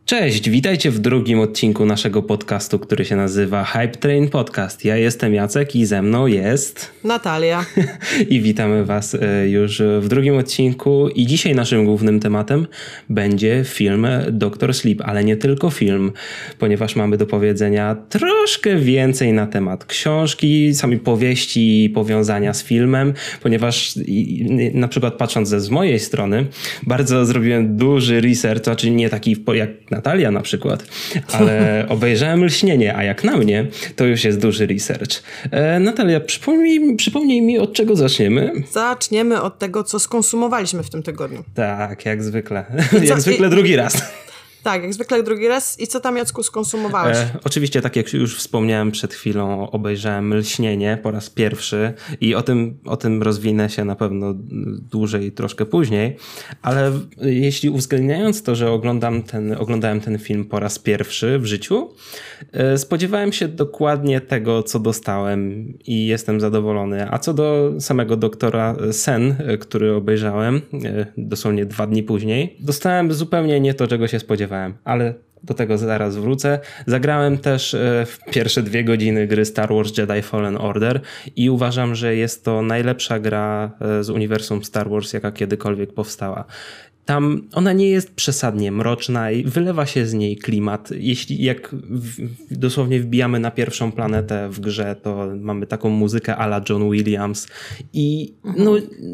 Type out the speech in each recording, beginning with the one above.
Cześć, witajcie w drugim odcinku naszego podcastu, który się nazywa Hype Train Podcast. Ja jestem Jacek i ze mną jest... Natalia. I witamy was już w drugim odcinku i dzisiaj naszym głównym tematem będzie film Dr. Sleep, ale nie tylko film, ponieważ mamy do powiedzenia troszkę więcej na temat książki, samej powieści i powiązania z filmem, ponieważ na przykład patrząc z mojej strony, bardzo zrobiłem duży research, to znaczy nie taki jak Natalia na przykład, ale obejrzałem Lśnienie, a jak na mnie, to już jest duży research. Natalia, przypomnij mi, od czego zaczniemy? Zaczniemy od tego, co skonsumowaliśmy w tym tygodniu. Tak, jak zwykle. Jak zwykle drugi raz. Tak, jak zwykle drugi raz. I co tam, Jacku, skonsumowałeś? Oczywiście, tak jak już wspomniałem przed chwilą, obejrzałem Lśnienie po raz pierwszy i o tym rozwinę się na pewno dłużej, troszkę później, ale jeśli uwzględniając to, że oglądałem ten film po raz pierwszy w życiu, spodziewałem się dokładnie tego, co dostałem i jestem zadowolony. A co do samego doktora Sen, który obejrzałem dosłownie 2 dni później, dostałem zupełnie nie to, czego się spodziewałem. Ale do tego zaraz wrócę. Zagrałem też w pierwsze 2 godziny gry Star Wars Jedi Fallen Order i uważam, że jest to najlepsza gra z uniwersum Star Wars, jaka kiedykolwiek powstała. Tam ona nie jest przesadnie mroczna i wylewa się z niej klimat. Jak dosłownie wbijamy na pierwszą planetę w grze, to mamy taką muzykę a la John Williams i no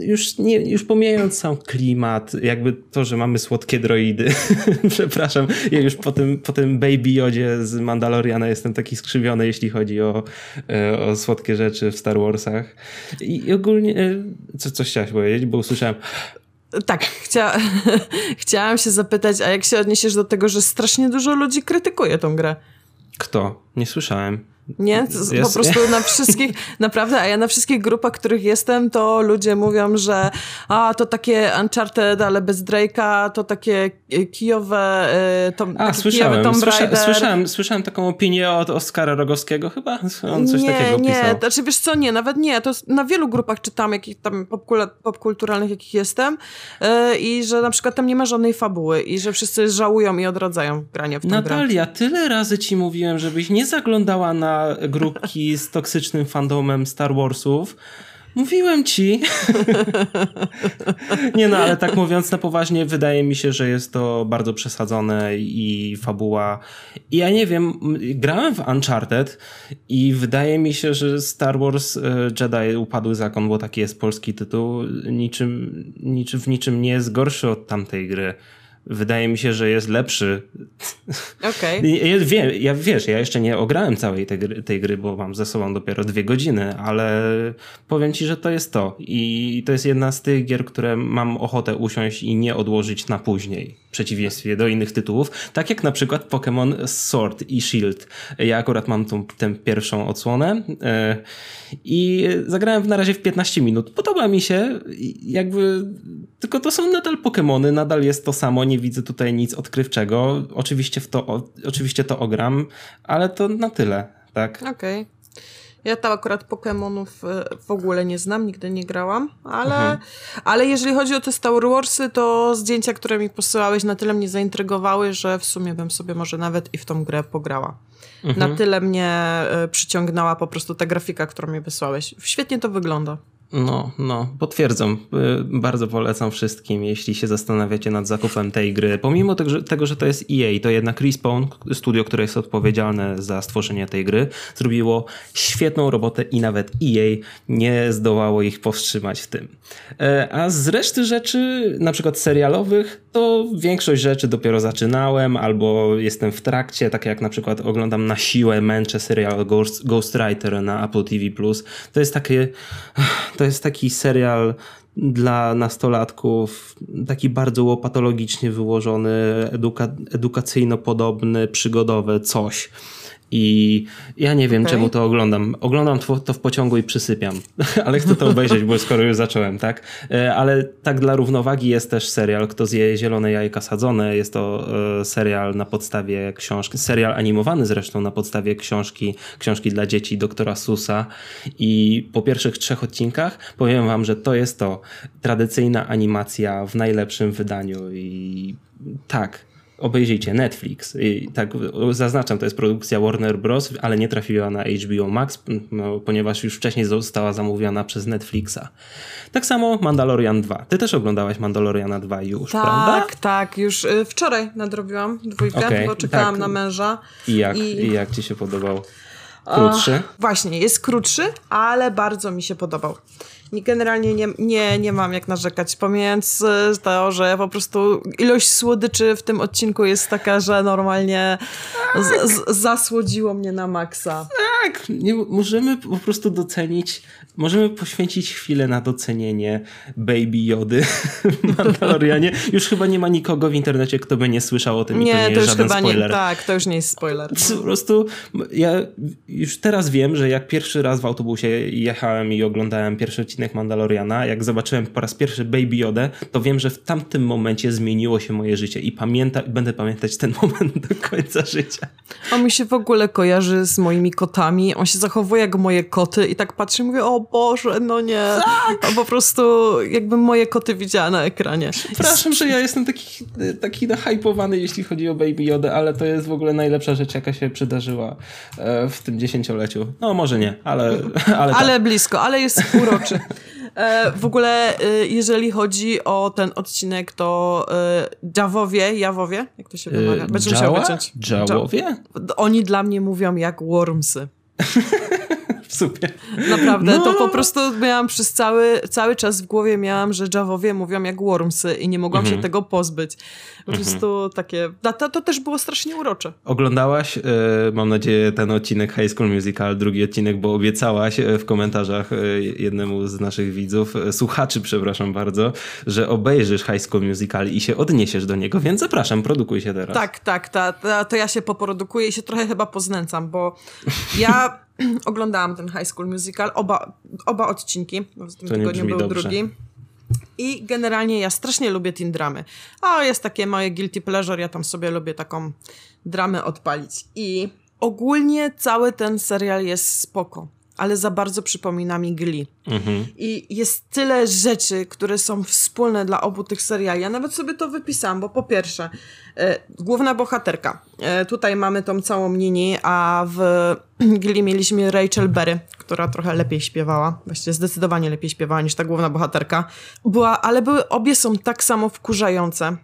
już pomijając sam klimat, jakby to, że mamy słodkie droidy. Przepraszam, ja już po tym Baby Yodzie z Mandaloriana jestem taki skrzywiony, jeśli chodzi o słodkie rzeczy w Star Warsach. I ogólnie, coś chciałaś powiedzieć, bo usłyszałem... Tak, chciałam się zapytać, a jak się odniesiesz do tego, że strasznie dużo ludzi krytykuje tą grę? Kto? Nie słyszałem. Nie? Po prostu na wszystkich, naprawdę, a ja na wszystkich grupach, których jestem, to ludzie mówią, że to takie Uncharted, ale bez Drake'a, to takie kijowe Tomb Raider. Słyszałem taką opinię od Oskara Rogowskiego chyba? On coś takiego pisał. Nie, znaczy wiesz co, nawet nie. To na wielu grupach czytam, jakich tam popkulturalnych, jakich jestem i że na przykład tam nie ma żadnej fabuły i że wszyscy żałują i odradzają granie w tę grę. Natalia, tyle razy ci mówiłem, żebyś nie zaglądała na grupki z toksycznym fandomem Star Warsów. Mówiłem ci. Nie no, ale tak mówiąc na poważnie, wydaje mi się, że jest to bardzo przesadzone i fabuła. I ja nie wiem, grałem w Uncharted i wydaje mi się, że Star Wars Jedi Upadły Zakon, bo taki jest polski tytuł, w niczym nie jest gorszy od tamtej gry. Wydaje mi się, że jest lepszy. Okej. Ja jeszcze nie ograłem całej tej gry, bo mam ze sobą dopiero 2 godziny, ale powiem ci, że to jest to. I to jest jedna z tych gier, które mam ochotę usiąść i nie odłożyć na później. W przeciwieństwie do innych tytułów. Tak jak na przykład Pokémon Sword i Shield. Ja akurat mam tę pierwszą odsłonę i zagrałem na razie w 15 minut. Podoba mi się, tylko to są nadal Pokémony, nadal jest to samo, nie widzę tutaj nic odkrywczego. Oczywiście to ogram, ale to na tyle, tak? Okej. Ja tam akurat Pokémonów w ogóle nie znam, nigdy nie grałam, ale jeżeli chodzi o te Star Warsy, to zdjęcia, które mi posyłałeś, na tyle mnie zaintrygowały, że w sumie bym sobie może nawet i w tą grę pograła. Na tyle mnie przyciągnęła po prostu ta grafika, którą mi wysłałeś. Świetnie to wygląda. No, potwierdzam. Bardzo polecam wszystkim, jeśli się zastanawiacie nad zakupem tej gry. Pomimo tego, że to jest EA, to jednak Respawn, studio, które jest odpowiedzialne za stworzenie tej gry, zrobiło świetną robotę i nawet EA nie zdołało ich powstrzymać w tym. A z reszty rzeczy, na przykład serialowych, to większość rzeczy dopiero zaczynałem albo jestem w trakcie, tak jak na przykład oglądam na siłę, męczę serial Ghostwriter na Apple TV+. To jest taki serial dla nastolatków, taki bardzo łopatologicznie wyłożony, edukacyjno-podobny, przygodowy, coś. I ja nie wiem, czemu to oglądam. Oglądam to w pociągu i przysypiam. Ale chcę to obejrzeć, bo skoro już zacząłem, tak? Ale tak dla równowagi jest też serial Kto zje zielone jajka sadzone. Jest to serial na podstawie książki, serial animowany zresztą na podstawie książki dla dzieci doktora Susa. I po pierwszych 3 odcinkach powiem wam, że to jest to tradycyjna animacja w najlepszym wydaniu i tak. obejrzyjcie Netflix. I tak zaznaczam, to jest produkcja Warner Bros., ale nie trafiła na HBO Max, ponieważ już wcześniej została zamówiona przez Netflixa. Tak samo Mandalorian 2. Ty też oglądałaś Mandaloriana 2 już, prawda? Tak. Już wczoraj nadrobiłam 2, bo czekałam na męża. I jak ci się podobał? Krótszy? Właśnie, jest krótszy, ale bardzo mi się podobał. Generalnie nie mam jak narzekać, pomijając to, że po prostu ilość słodyczy w tym odcinku jest taka, że normalnie zasłodziło mnie na maksa. Tak, możemy po prostu docenić, możemy poświęcić chwilę na docenienie Baby Jody w Mandalorianie. Już chyba nie ma nikogo w internecie, kto by nie słyszał o tym i to nie jest żaden spoiler. Tak, to już nie jest spoiler. Po prostu ja już teraz wiem, że jak pierwszy raz w autobusie jechałem i oglądałem pierwszy odcinek Mandaloriana, jak zobaczyłem po raz pierwszy Baby Jodę, to wiem, że w tamtym momencie zmieniło się moje życie i będę pamiętać ten moment do końca życia. On mi się w ogóle kojarzy z moimi kotami. On się zachowuje jak moje koty i tak patrzę i mówię, o Boże, no nie. Tak. Po prostu jakbym moje koty widziała na ekranie. Przepraszam, że ja jestem taki nahypowany, jeśli chodzi o Baby Yoda, ale to jest w ogóle najlepsza rzecz, jaka się przydarzyła w tym 10-leciu. No może nie, ale tak. Blisko, ale jest uroczy. W ogóle, jeżeli chodzi o ten odcinek, to Jawowie, jak to się wymawia? Będę musiał wyciąć. Jawowie? Oni dla mnie mówią jak Wormsy. Super. Naprawdę, to po prostu miałam przez cały czas w głowie że Jawowie mówią jak Wormsy i nie mogłam się tego pozbyć. Po prostu takie... To też było strasznie urocze. Oglądałaś, mam nadzieję, ten odcinek High School Musical, drugi odcinek, bo obiecałaś w komentarzach jednemu z naszych widzów, słuchaczy, przepraszam bardzo, że obejrzysz High School Musical i się odniesiesz do niego, więc zapraszam, produkuj się teraz. Tak, to ja się poprodukuję i się trochę chyba poznęcam, bo ja oglądałam ten High School Musical, oba odcinki, bo w tym tygodniu był drugi. I generalnie ja strasznie lubię teen dramy. Jest takie moje guilty pleasure, ja tam sobie lubię taką dramę odpalić. I ogólnie cały ten serial jest spoko, ale za bardzo przypomina mi Glee. I jest tyle rzeczy, które są wspólne dla obu tych seriali. Ja nawet sobie to wypisałam, bo po pierwsze, główna bohaterka. Tutaj mamy tą całą Nini, a w Glee mieliśmy Rachel Berry, która trochę lepiej śpiewała. Właściwie zdecydowanie lepiej śpiewała niż ta główna bohaterka. Ale obie są tak samo wkurzające.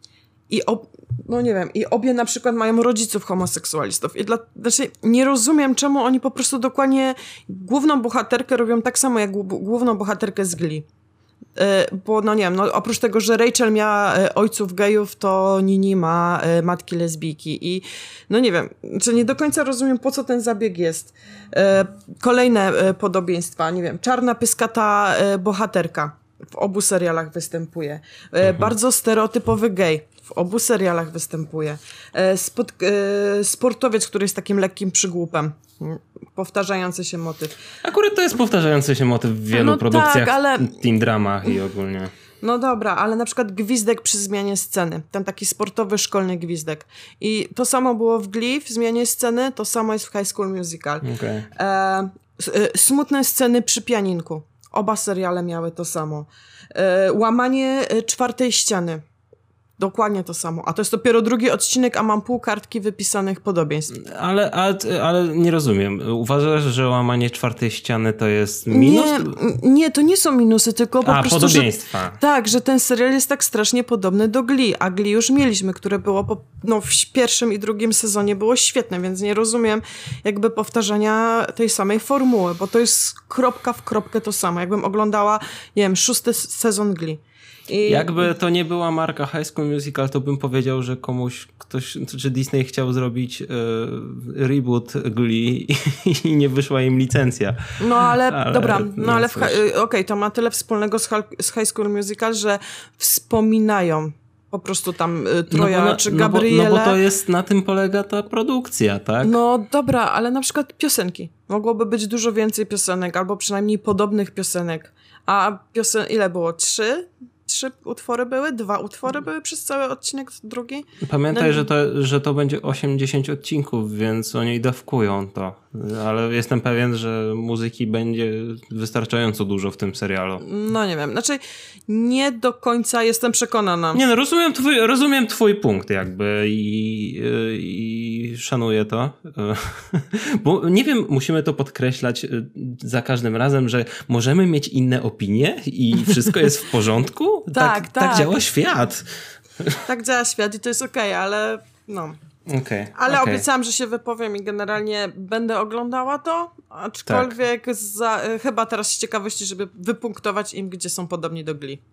I obie na przykład mają rodziców homoseksualistów. Znaczy nie rozumiem, czemu oni po prostu dokładnie główną bohaterkę robią tak samo jak główną bohaterkę z Glee. Bo nie wiem, oprócz tego, że Rachel miała ojców gejów, to Nini ma matki lesbijki i nie wiem, czy nie do końca rozumiem, po co ten zabieg jest. Kolejne podobieństwa, nie wiem, czarna pyskata bohaterka w obu serialach występuje. Bardzo stereotypowy gej w obu serialach występuje. Sportowiec, który jest takim lekkim przygłupem. Powtarzający się motyw. Akurat to jest powtarzający się motyw w wielu produkcjach, teen dramach i ogólnie. No dobra, ale na przykład gwizdek przy zmianie sceny. Ten taki sportowy, szkolny gwizdek. I to samo było w Glee, w zmianie sceny, to samo jest w High School Musical. Okay. Smutne sceny przy pianinku. Oba seriale miały to samo. Łamanie czwartej ściany. Dokładnie to samo. A to jest dopiero drugi odcinek, a mam pół kartki wypisanych podobieństw. Ale nie rozumiem. Uważasz, że łamanie czwartej ściany to jest minus? Nie, to nie są minusy, tylko po prostu, podobieństwa. że ten serial jest tak strasznie podobny do Glee, a Glee już mieliśmy, które było w pierwszym i drugim sezonie było świetne, więc nie rozumiem jakby powtarzania tej samej formuły, bo to jest kropka w kropkę to samo. Jakbym oglądała, nie wiem, 6. sezon Glee. Jakby to nie była marka High School Musical, to bym powiedział, że że Disney chciał zrobić reboot Glee i nie wyszła im licencja. To ma tyle wspólnego z High School Musical, że wspominają po prostu tam Troja czy Gabriele. Bo to jest, na tym polega ta produkcja, tak? No dobra, ale na przykład piosenki. Mogłoby być dużo więcej piosenek, albo przynajmniej podobnych piosenek. A ile było? 3 3 utwory były, 2 utwory były przez cały odcinek drugi. Pamiętaj, że to będzie 8-10 odcinków, więc oni dawkują to. Ale jestem pewien, że muzyki będzie wystarczająco dużo w tym serialu. No nie wiem, znaczy nie do końca jestem przekonana. Nie no, rozumiem twój punkt jakby i szanuję to. Bo nie wiem, musimy to podkreślać za każdym razem, że możemy mieć inne opinie i wszystko jest w porządku? Tak działa świat. Tak działa świat i to jest okej, ale no... Ale obiecałam, że się wypowiem i generalnie będę oglądała to, aczkolwiek chyba teraz z ciekawości, żeby wypunktować im, gdzie są podobni do Glee.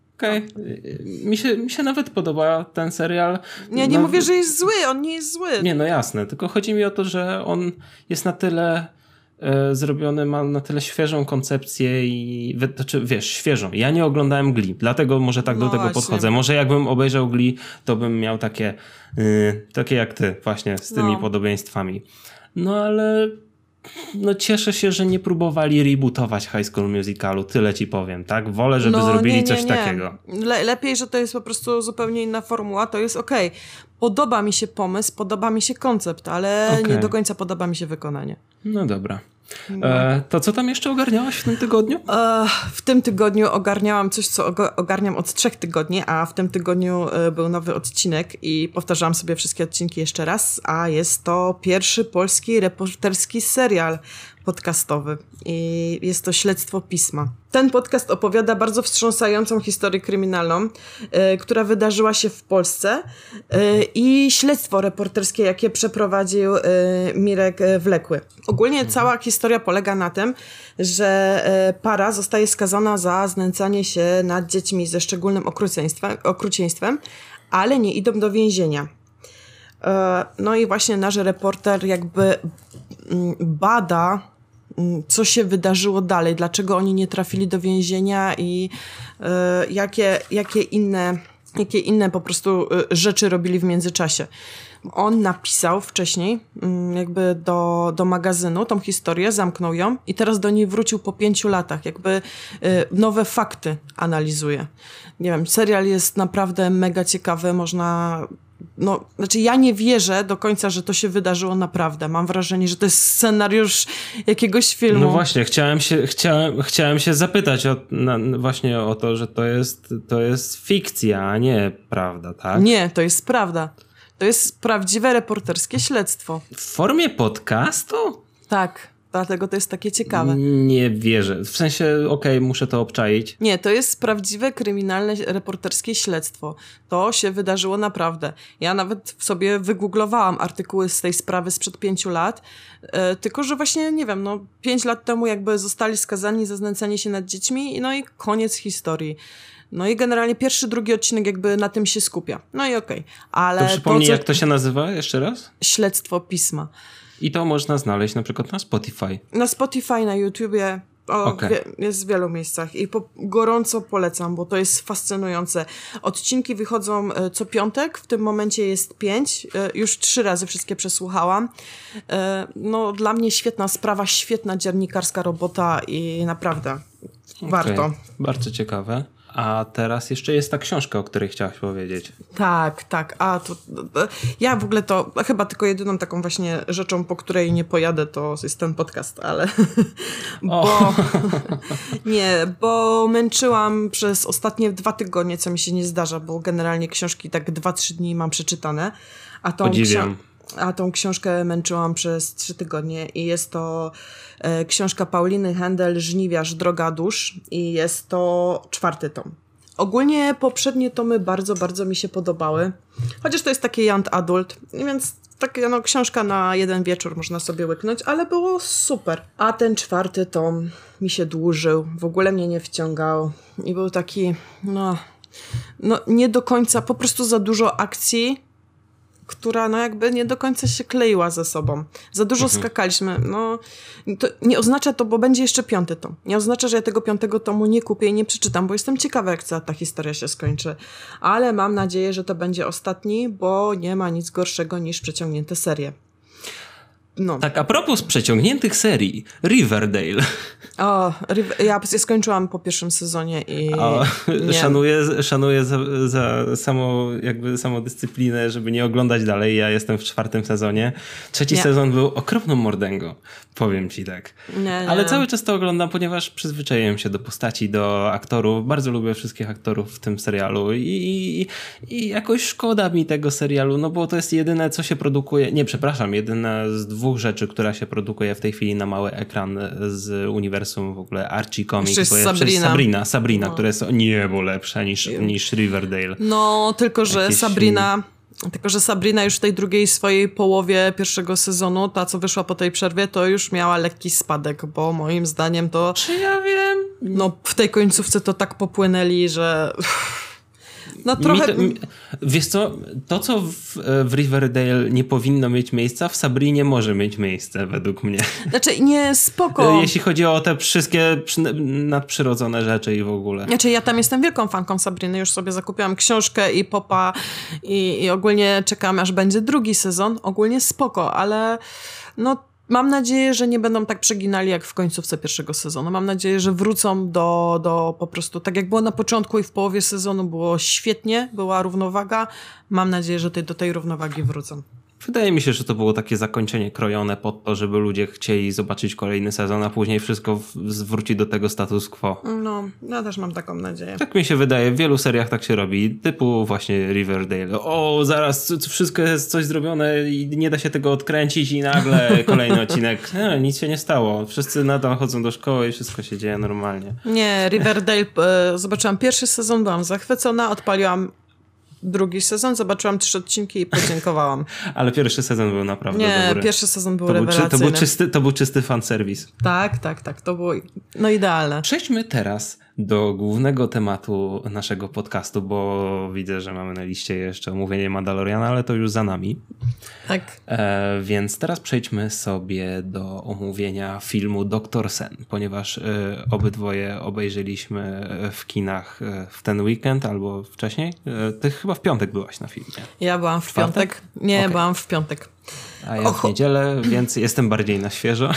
Mi się nawet podoba ten serial. Nie mówię, że jest zły, on nie jest zły. Nie, no jasne, tylko chodzi mi o to, że on jest na tyle zrobiony, ma na tyle świeżą koncepcję i znaczy, wiesz, świeżą. Ja nie oglądałem Glee, dlatego może tak do tego podchodzę. Może jakbym obejrzał Glee, to bym miał takie jak ty właśnie z tymi podobieństwami. No ale cieszę się, że nie próbowali rebootować High School Musicalu, tyle ci powiem, tak? Wolę, żeby zrobili coś takiego. Lepiej, że to jest po prostu zupełnie inna formuła, to jest okej. Podoba mi się pomysł, podoba mi się koncept, ale nie do końca podoba mi się wykonanie. No dobra. To co tam jeszcze ogarniałaś w tym tygodniu? W tym tygodniu ogarniałam coś, co ogarniam od 3 tygodni, a w tym tygodniu był nowy odcinek i powtarzałam sobie wszystkie odcinki jeszcze raz, a jest to pierwszy polski reporterski serial podcastowy i jest to Śledztwo Pisma. Ten podcast opowiada bardzo wstrząsającą historię kryminalną, która wydarzyła się w Polsce i śledztwo reporterskie, jakie przeprowadził Mirek Wlekły. Ogólnie cała historia polega na tym, że para zostaje skazana za znęcanie się nad dziećmi ze szczególnym okrucieństwem, ale nie idą do więzienia. No i właśnie nasz reporter jakby bada, co się wydarzyło dalej, dlaczego oni nie trafili do więzienia i jakie inne po prostu rzeczy robili w międzyczasie. On napisał wcześniej jakby do magazynu tą historię, zamknął ją i teraz do niej wrócił po 5 latach. Jakby nowe fakty analizuje. Nie wiem, serial jest naprawdę mega ciekawy, znaczy ja nie wierzę do końca, że to się wydarzyło naprawdę. Mam wrażenie, że to jest scenariusz jakiegoś filmu. No właśnie, chciałem się zapytać właśnie o to, że to jest fikcja, a nie prawda, tak? Nie, to jest prawda. To jest prawdziwe reporterskie śledztwo. W formie podcastu? Tak, dlatego to jest takie ciekawe. Nie wierzę. W sensie, muszę to obczaić. Nie, to jest prawdziwe kryminalne reporterskie śledztwo. To się wydarzyło naprawdę. Ja nawet sobie wygooglowałam artykuły z tej sprawy sprzed 5 lat, tylko że właśnie, nie wiem, 5 lat temu jakby zostali skazani za znęcanie się nad dziećmi, no i koniec historii. No i generalnie pierwszy, drugi odcinek jakby na tym się skupia. No i ale... To przypomnij, jak to się nazywa jeszcze raz? Śledztwo Pisma. I to można znaleźć na przykład na Spotify. Na Spotify, na YouTubie, jest w wielu miejscach i gorąco polecam, bo to jest fascynujące. Odcinki wychodzą co piątek, w tym momencie jest 5, już 3 razy wszystkie przesłuchałam. Dla mnie świetna sprawa, świetna dziennikarska robota i naprawdę warto. Bardzo ciekawe. A teraz jeszcze jest ta książka, o której chciałaś powiedzieć. Tak. Ja w ogóle to chyba tylko jedyną taką właśnie rzeczą, po której nie pojadę, to jest ten podcast, ale bo męczyłam przez ostatnie 2 tygodnie, co mi się nie zdarza, bo generalnie książki tak 2-3 dni mam przeczytane. Podziwiam. A tą książkę męczyłam przez 3 tygodnie i jest to książka Pauliny Händel, Żniwiarz, Droga dusz i jest to 4. tom. Ogólnie poprzednie tomy bardzo, bardzo mi się podobały, chociaż to jest taki young adult, więc taka książka na jeden wieczór można sobie łyknąć, ale było super. A ten 4. tom mi się dłużył, w ogóle mnie nie wciągał i był taki, nie do końca, po prostu za dużo akcji, która jakby nie do końca się kleiła ze sobą. Za dużo skakaliśmy. To nie oznacza to, bo będzie jeszcze 5. tom. Nie oznacza, że ja tego 5. tomu nie kupię i nie przeczytam, bo jestem ciekawa, jak ta historia się skończy. Ale mam nadzieję, że to będzie ostatni, bo nie ma nic gorszego niż przeciągnięte serie. No. Tak, a propos przeciągniętych serii, Riverdale. O, ja skończyłam po pierwszym sezonie i szanuję za samodyscyplinę, żeby nie oglądać dalej. Ja jestem w 4. sezonie. 3. sezon był okropną mordęgą, powiem ci tak. Nie. Ale cały czas to oglądam, ponieważ przyzwyczaiłem się do postaci, do aktorów. Bardzo lubię wszystkich aktorów w tym serialu i jakoś szkoda mi tego serialu, no bo to jest jedyne, co się produkuje. Nie, przepraszam, jedyna z 2 rzeczy, która się produkuje w tej chwili na mały ekran z uniwersum w ogóle Archie Comics. Jeszcze jest Sabrina, która jest o niebo lepsza niż Riverdale. No, tylko że Sabrina już w tej drugiej swojej połowie pierwszego sezonu, ta co wyszła po tej przerwie, to już miała lekki spadek, bo moim zdaniem to... Czy ja wiem? No, w tej końcówce to tak popłynęli, że... No trochę... Wiesz co, to co w Riverdale nie powinno mieć miejsca, w Sabrinie może mieć miejsce według mnie. Znaczy nie, spoko. Jeśli chodzi o te wszystkie nadprzyrodzone rzeczy i w ogóle. Znaczy ja tam jestem wielką fanką Sabriny, już sobie zakupiłam książkę i popa i ogólnie czekam aż będzie drugi sezon. Ogólnie spoko, ale no mam nadzieję, że nie będą tak przeginali jak w końcówce pierwszego sezonu. Mam nadzieję, że wrócą do po prostu, tak jak było na początku i w połowie sezonu było świetnie, była równowaga. Mam nadzieję, że do tej równowagi wrócą. Wydaje mi się, że to było takie zakończenie krojone pod to, żeby ludzie chcieli zobaczyć kolejny sezon, a później wszystko zwróci do tego status quo. No, ja też mam taką nadzieję. Tak mi się wydaje, w wielu seriach tak się robi, typu właśnie Riverdale. O, zaraz wszystko jest coś zrobione i nie da się tego odkręcić i nagle kolejny odcinek. Nic się nie stało. Wszyscy nadal chodzą do szkoły i wszystko się dzieje normalnie. Nie, Riverdale, zobaczyłam pierwszy sezon, byłam zachwycona, odpaliłam drugi sezon, zobaczyłam 3 odcinki i podziękowałam. Ale pierwszy sezon był naprawdę dobry. Nie, pierwszy sezon był rewelacyjny. To był czysty fanserwis. Tak, to było idealne. Przejdźmy teraz do głównego tematu naszego podcastu, bo widzę, że mamy na liście jeszcze omówienie Mandaloriana, ale to już za nami. Tak. Więc teraz przejdźmy sobie do omówienia filmu Doktor Sen, ponieważ obydwoje obejrzeliśmy w kinach w ten weekend albo wcześniej. Ty chyba w piątek byłaś na filmie. Ja byłam w piątek. Nie, okay. Byłam w piątek. A ja w niedzielę, więc jestem bardziej na świeżo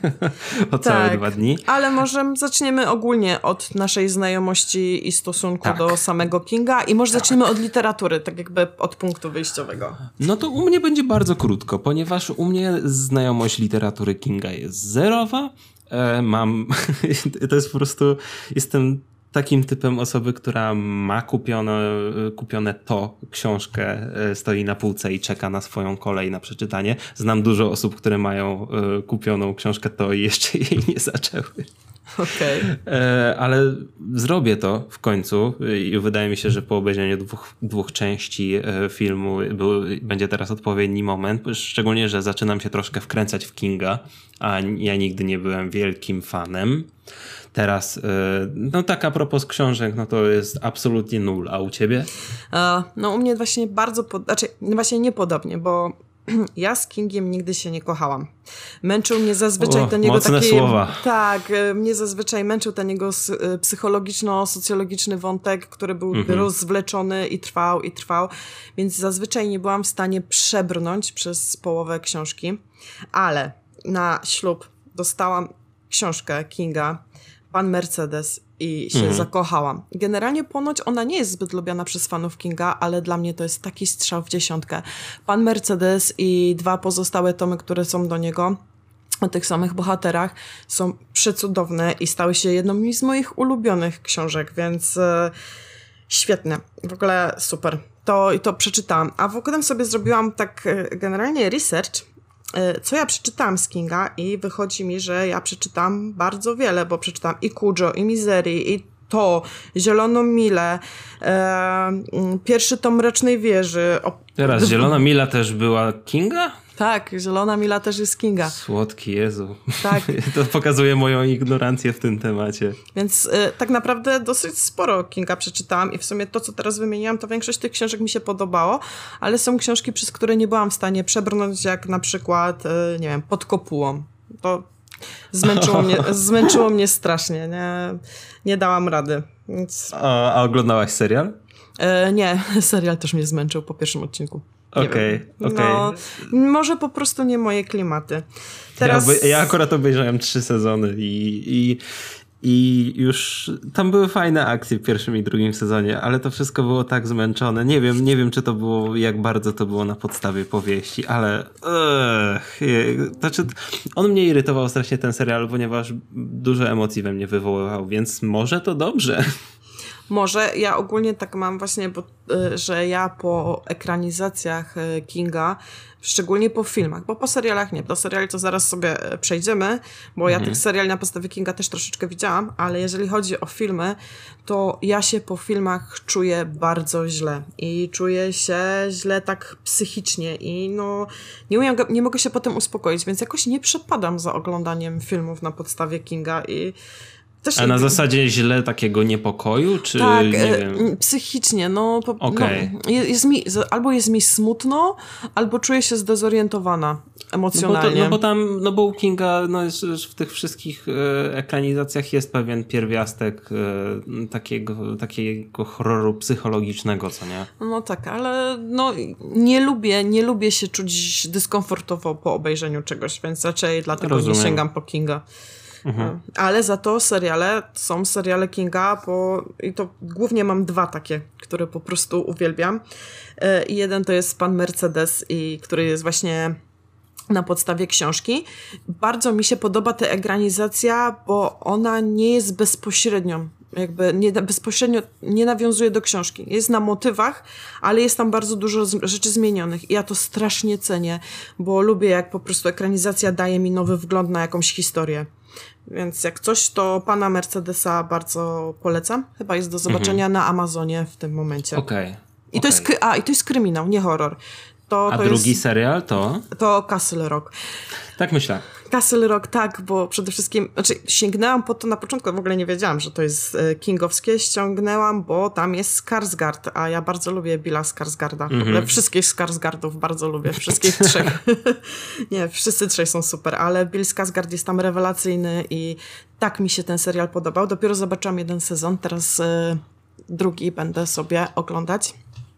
o całe 2 dni. Ale może zaczniemy ogólnie od naszej znajomości i stosunku do samego Kinga i może zaczniemy od literatury, tak jakby od punktu wyjściowego. No to u mnie będzie bardzo krótko, ponieważ u mnie znajomość literatury Kinga jest zerowa. To jest po prostu, jestem takim typem osoby, która ma kupione książkę, stoi na półce i czeka na swoją kolej na przeczytanie. Znam dużo osób, które mają kupioną książkę i jeszcze jej nie zaczęły. Okay. Ale zrobię to w końcu i wydaje mi się, że po obejrzeniu dwóch części filmu będzie teraz odpowiedni moment, szczególnie, że zaczynam się troszkę wkręcać w Kinga, a ja nigdy nie byłem wielkim fanem. Teraz, no tak a propos książek, no to jest absolutnie nul. A u ciebie? No u mnie właśnie właśnie niepodobnie, bo ja z Kingiem nigdy się nie kochałam. Męczył mnie zazwyczaj ten jego mocne słowa. Tak, mnie zazwyczaj męczył ten jego psychologiczno-socjologiczny wątek, który był rozwleczony i trwał, więc zazwyczaj nie byłam w stanie przebrnąć przez połowę książki, ale na ślub dostałam książkę Kinga, Pan Mercedes, i się zakochałam. Generalnie ponoć ona nie jest zbyt lubiana przez fanów Kinga, ale dla mnie to jest taki strzał w 10. Pan Mercedes i 2 pozostałe tomy, które są do niego, o tych samych bohaterach, są przecudowne i stały się jedną z moich ulubionych książek, więc świetne. W ogóle super. To przeczytałam. A w ogóle sobie zrobiłam tak generalnie research, co ja przeczytałam z Kinga i wychodzi mi, że ja przeczytałam bardzo wiele, bo przeczytałam i Cujo, i Misery, i Zieloną Milę, pierwszy tom Mrocznej Wieży. Teraz Zielona Mila też była Kinga? Tak, Zielona Mila też jest Kinga. Słodki Jezu. Tak. To pokazuje moją ignorancję w tym temacie. Więc tak naprawdę dosyć sporo Kinga przeczytałam i w sumie to, co teraz wymieniłam, to większość tych książek mi się podobało, ale są książki, przez które nie byłam w stanie przebrnąć, jak na przykład, nie wiem, Pod kopułą. To zmęczyło mnie strasznie. Nie dałam rady. Więc... A oglądałaś serial? Nie, serial też mnie zmęczył po pierwszym odcinku. Okej. No, może po prostu nie moje klimaty. Teraz... Ja akurat obejrzałem 3 sezony i już tam były fajne akcje w pierwszym i drugim sezonie, ale to wszystko było tak zmęczone. Nie wiem, czy to było, jak bardzo to było na podstawie powieści, ale znaczy, on mnie irytował strasznie, ten serial, ponieważ dużo emocji we mnie wywoływał, więc może to dobrze. Może. Ja ogólnie tak mam właśnie, że ja po ekranizacjach Kinga, szczególnie po filmach, bo po serialach nie. Do seriali to zaraz sobie przejdziemy, bo ja tych seriali na podstawie Kinga też troszeczkę widziałam, ale jeżeli chodzi o filmy, to ja się po filmach czuję bardzo źle i czuję się źle tak psychicznie i no nie mogę się potem uspokoić, więc jakoś nie przepadam za oglądaniem filmów na podstawie Kinga i też a na zasadzie źle takiego niepokoju, czy tak, nie wiem? Psychicznie, Okay. Albo jest mi smutno, albo czuję się zdezorientowana emocjonalnie. Bo u Kinga w tych wszystkich ekranizacjach jest pewien pierwiastek takiego horroru psychologicznego, co nie? No tak, ale nie lubię się czuć dyskomfortowo po obejrzeniu czegoś, więc raczej dlatego nie sięgam po Kinga. Ale za to są seriale Kinga, i to głównie mam 2 takie, które po prostu uwielbiam. I jeden to jest Pan Mercedes, który jest właśnie na podstawie książki. Bardzo mi się podoba ta ekranizacja, bo ona nie jest bezpośrednią. Bezpośrednio nie nawiązuje do książki. Jest na motywach, ale jest tam bardzo dużo rzeczy zmienionych i ja to strasznie cenię, bo lubię, jak po prostu ekranizacja daje mi nowy wgląd na jakąś historię. Więc jak coś, to Pana Mercedesa bardzo polecam. Chyba jest do zobaczenia na Amazonie w tym momencie. I to jest kryminał, nie horror. A drugi serial to? To Castle Rock. Tak myślę. Castle Rock, tak, bo przede wszystkim, sięgnęłam po to na początku, w ogóle nie wiedziałam, że to jest kingowskie, ściągnęłam, bo tam jest Skarsgård, a ja bardzo lubię Billa Skarsgårda. W ogóle wszystkich Skarsgårdów bardzo lubię, wszystkich 3. Nie, wszyscy 3 są super, ale Bill Skarsgård jest tam rewelacyjny i tak mi się ten serial podobał. Dopiero zobaczyłam 1 sezon, teraz drugi będę sobie oglądać.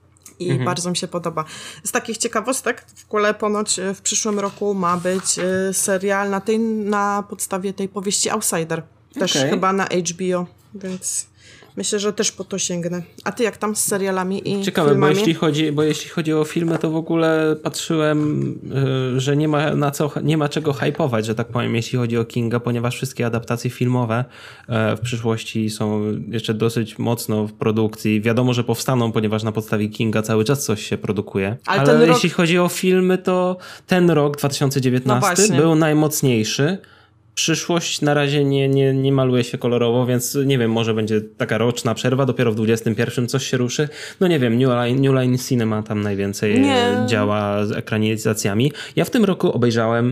I bardzo mi się podoba. Z takich ciekawostek, w ogóle ponoć w przyszłym roku ma być serial na podstawie tej powieści Outsider. Też chyba na HBO, więc myślę, że też po to sięgnę. A ty jak tam z serialami i ciekawe, filmami? Bo jeśli chodzi o filmy, to w ogóle patrzyłem, że nie ma czego hypować, że tak powiem, jeśli chodzi o Kinga, ponieważ wszystkie adaptacje filmowe w przyszłości są jeszcze dosyć mocno w produkcji. Wiadomo, że powstaną, ponieważ na podstawie Kinga cały czas coś się produkuje. Ale jeśli chodzi o filmy, to ten rok, 2019, był najmocniejszy. Przyszłość na razie nie maluje się kolorowo, więc nie wiem, może będzie taka roczna przerwa, dopiero w 21 coś się ruszy. No nie wiem, New Line Cinema tam najwięcej działa z ekranizacjami. Ja w tym roku obejrzałem,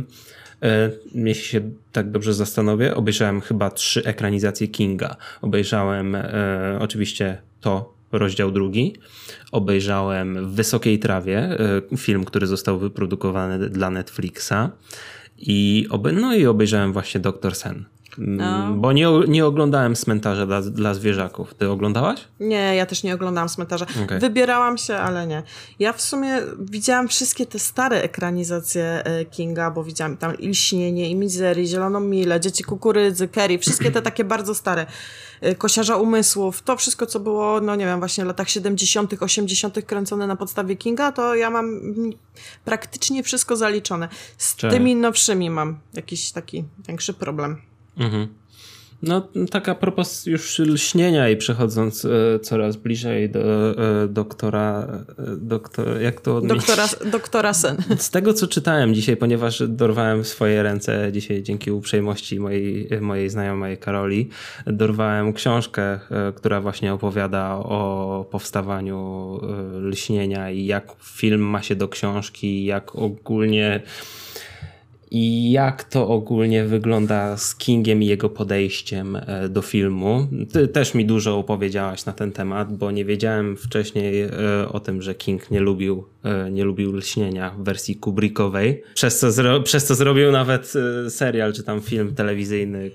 jeśli się tak dobrze zastanowię, obejrzałem chyba 3 ekranizacje Kinga. Obejrzałem oczywiście rozdział 2. Obejrzałem W wysokiej trawie, film, który został wyprodukowany dla Netflixa. I obejrzałem właśnie Doktor Sen. Bo nie oglądałem Cmentarza dla zwierzaków. Ty oglądałaś? Nie, ja też nie oglądałam Cmentarza. Wybierałam się, ale nie. Ja w sumie widziałam wszystkie te stare ekranizacje Kinga, bo widziałam tam i Lśnienie, i Mizery, i Zieloną Milę, Dzieci Kukurydzy, Kerry, wszystkie te takie bardzo stare. Kosiarza umysłów, to wszystko, co było, no nie wiem, właśnie w latach 70., 80. kręcone na podstawie Kinga, to ja mam praktycznie wszystko zaliczone. Z tymi nowszymi mam jakiś taki większy problem. No tak a propos już lśnienia i przechodząc coraz bliżej do doktora Sen. Z tego, co czytałem dzisiaj, ponieważ dorwałem w swoje ręce dzisiaj dzięki uprzejmości mojej znajomej Karoli, dorwałem książkę, która właśnie opowiada o powstawaniu lśnienia i jak film ma się do książki, jak to ogólnie wygląda z Kingiem i jego podejściem do filmu. Ty też mi dużo opowiedziałaś na ten temat, bo nie wiedziałem wcześniej o tym, że King nie lubił nie lubił Lśnienia w wersji Kubrickowej, przez co zrobił nawet serial czy tam film telewizyjny,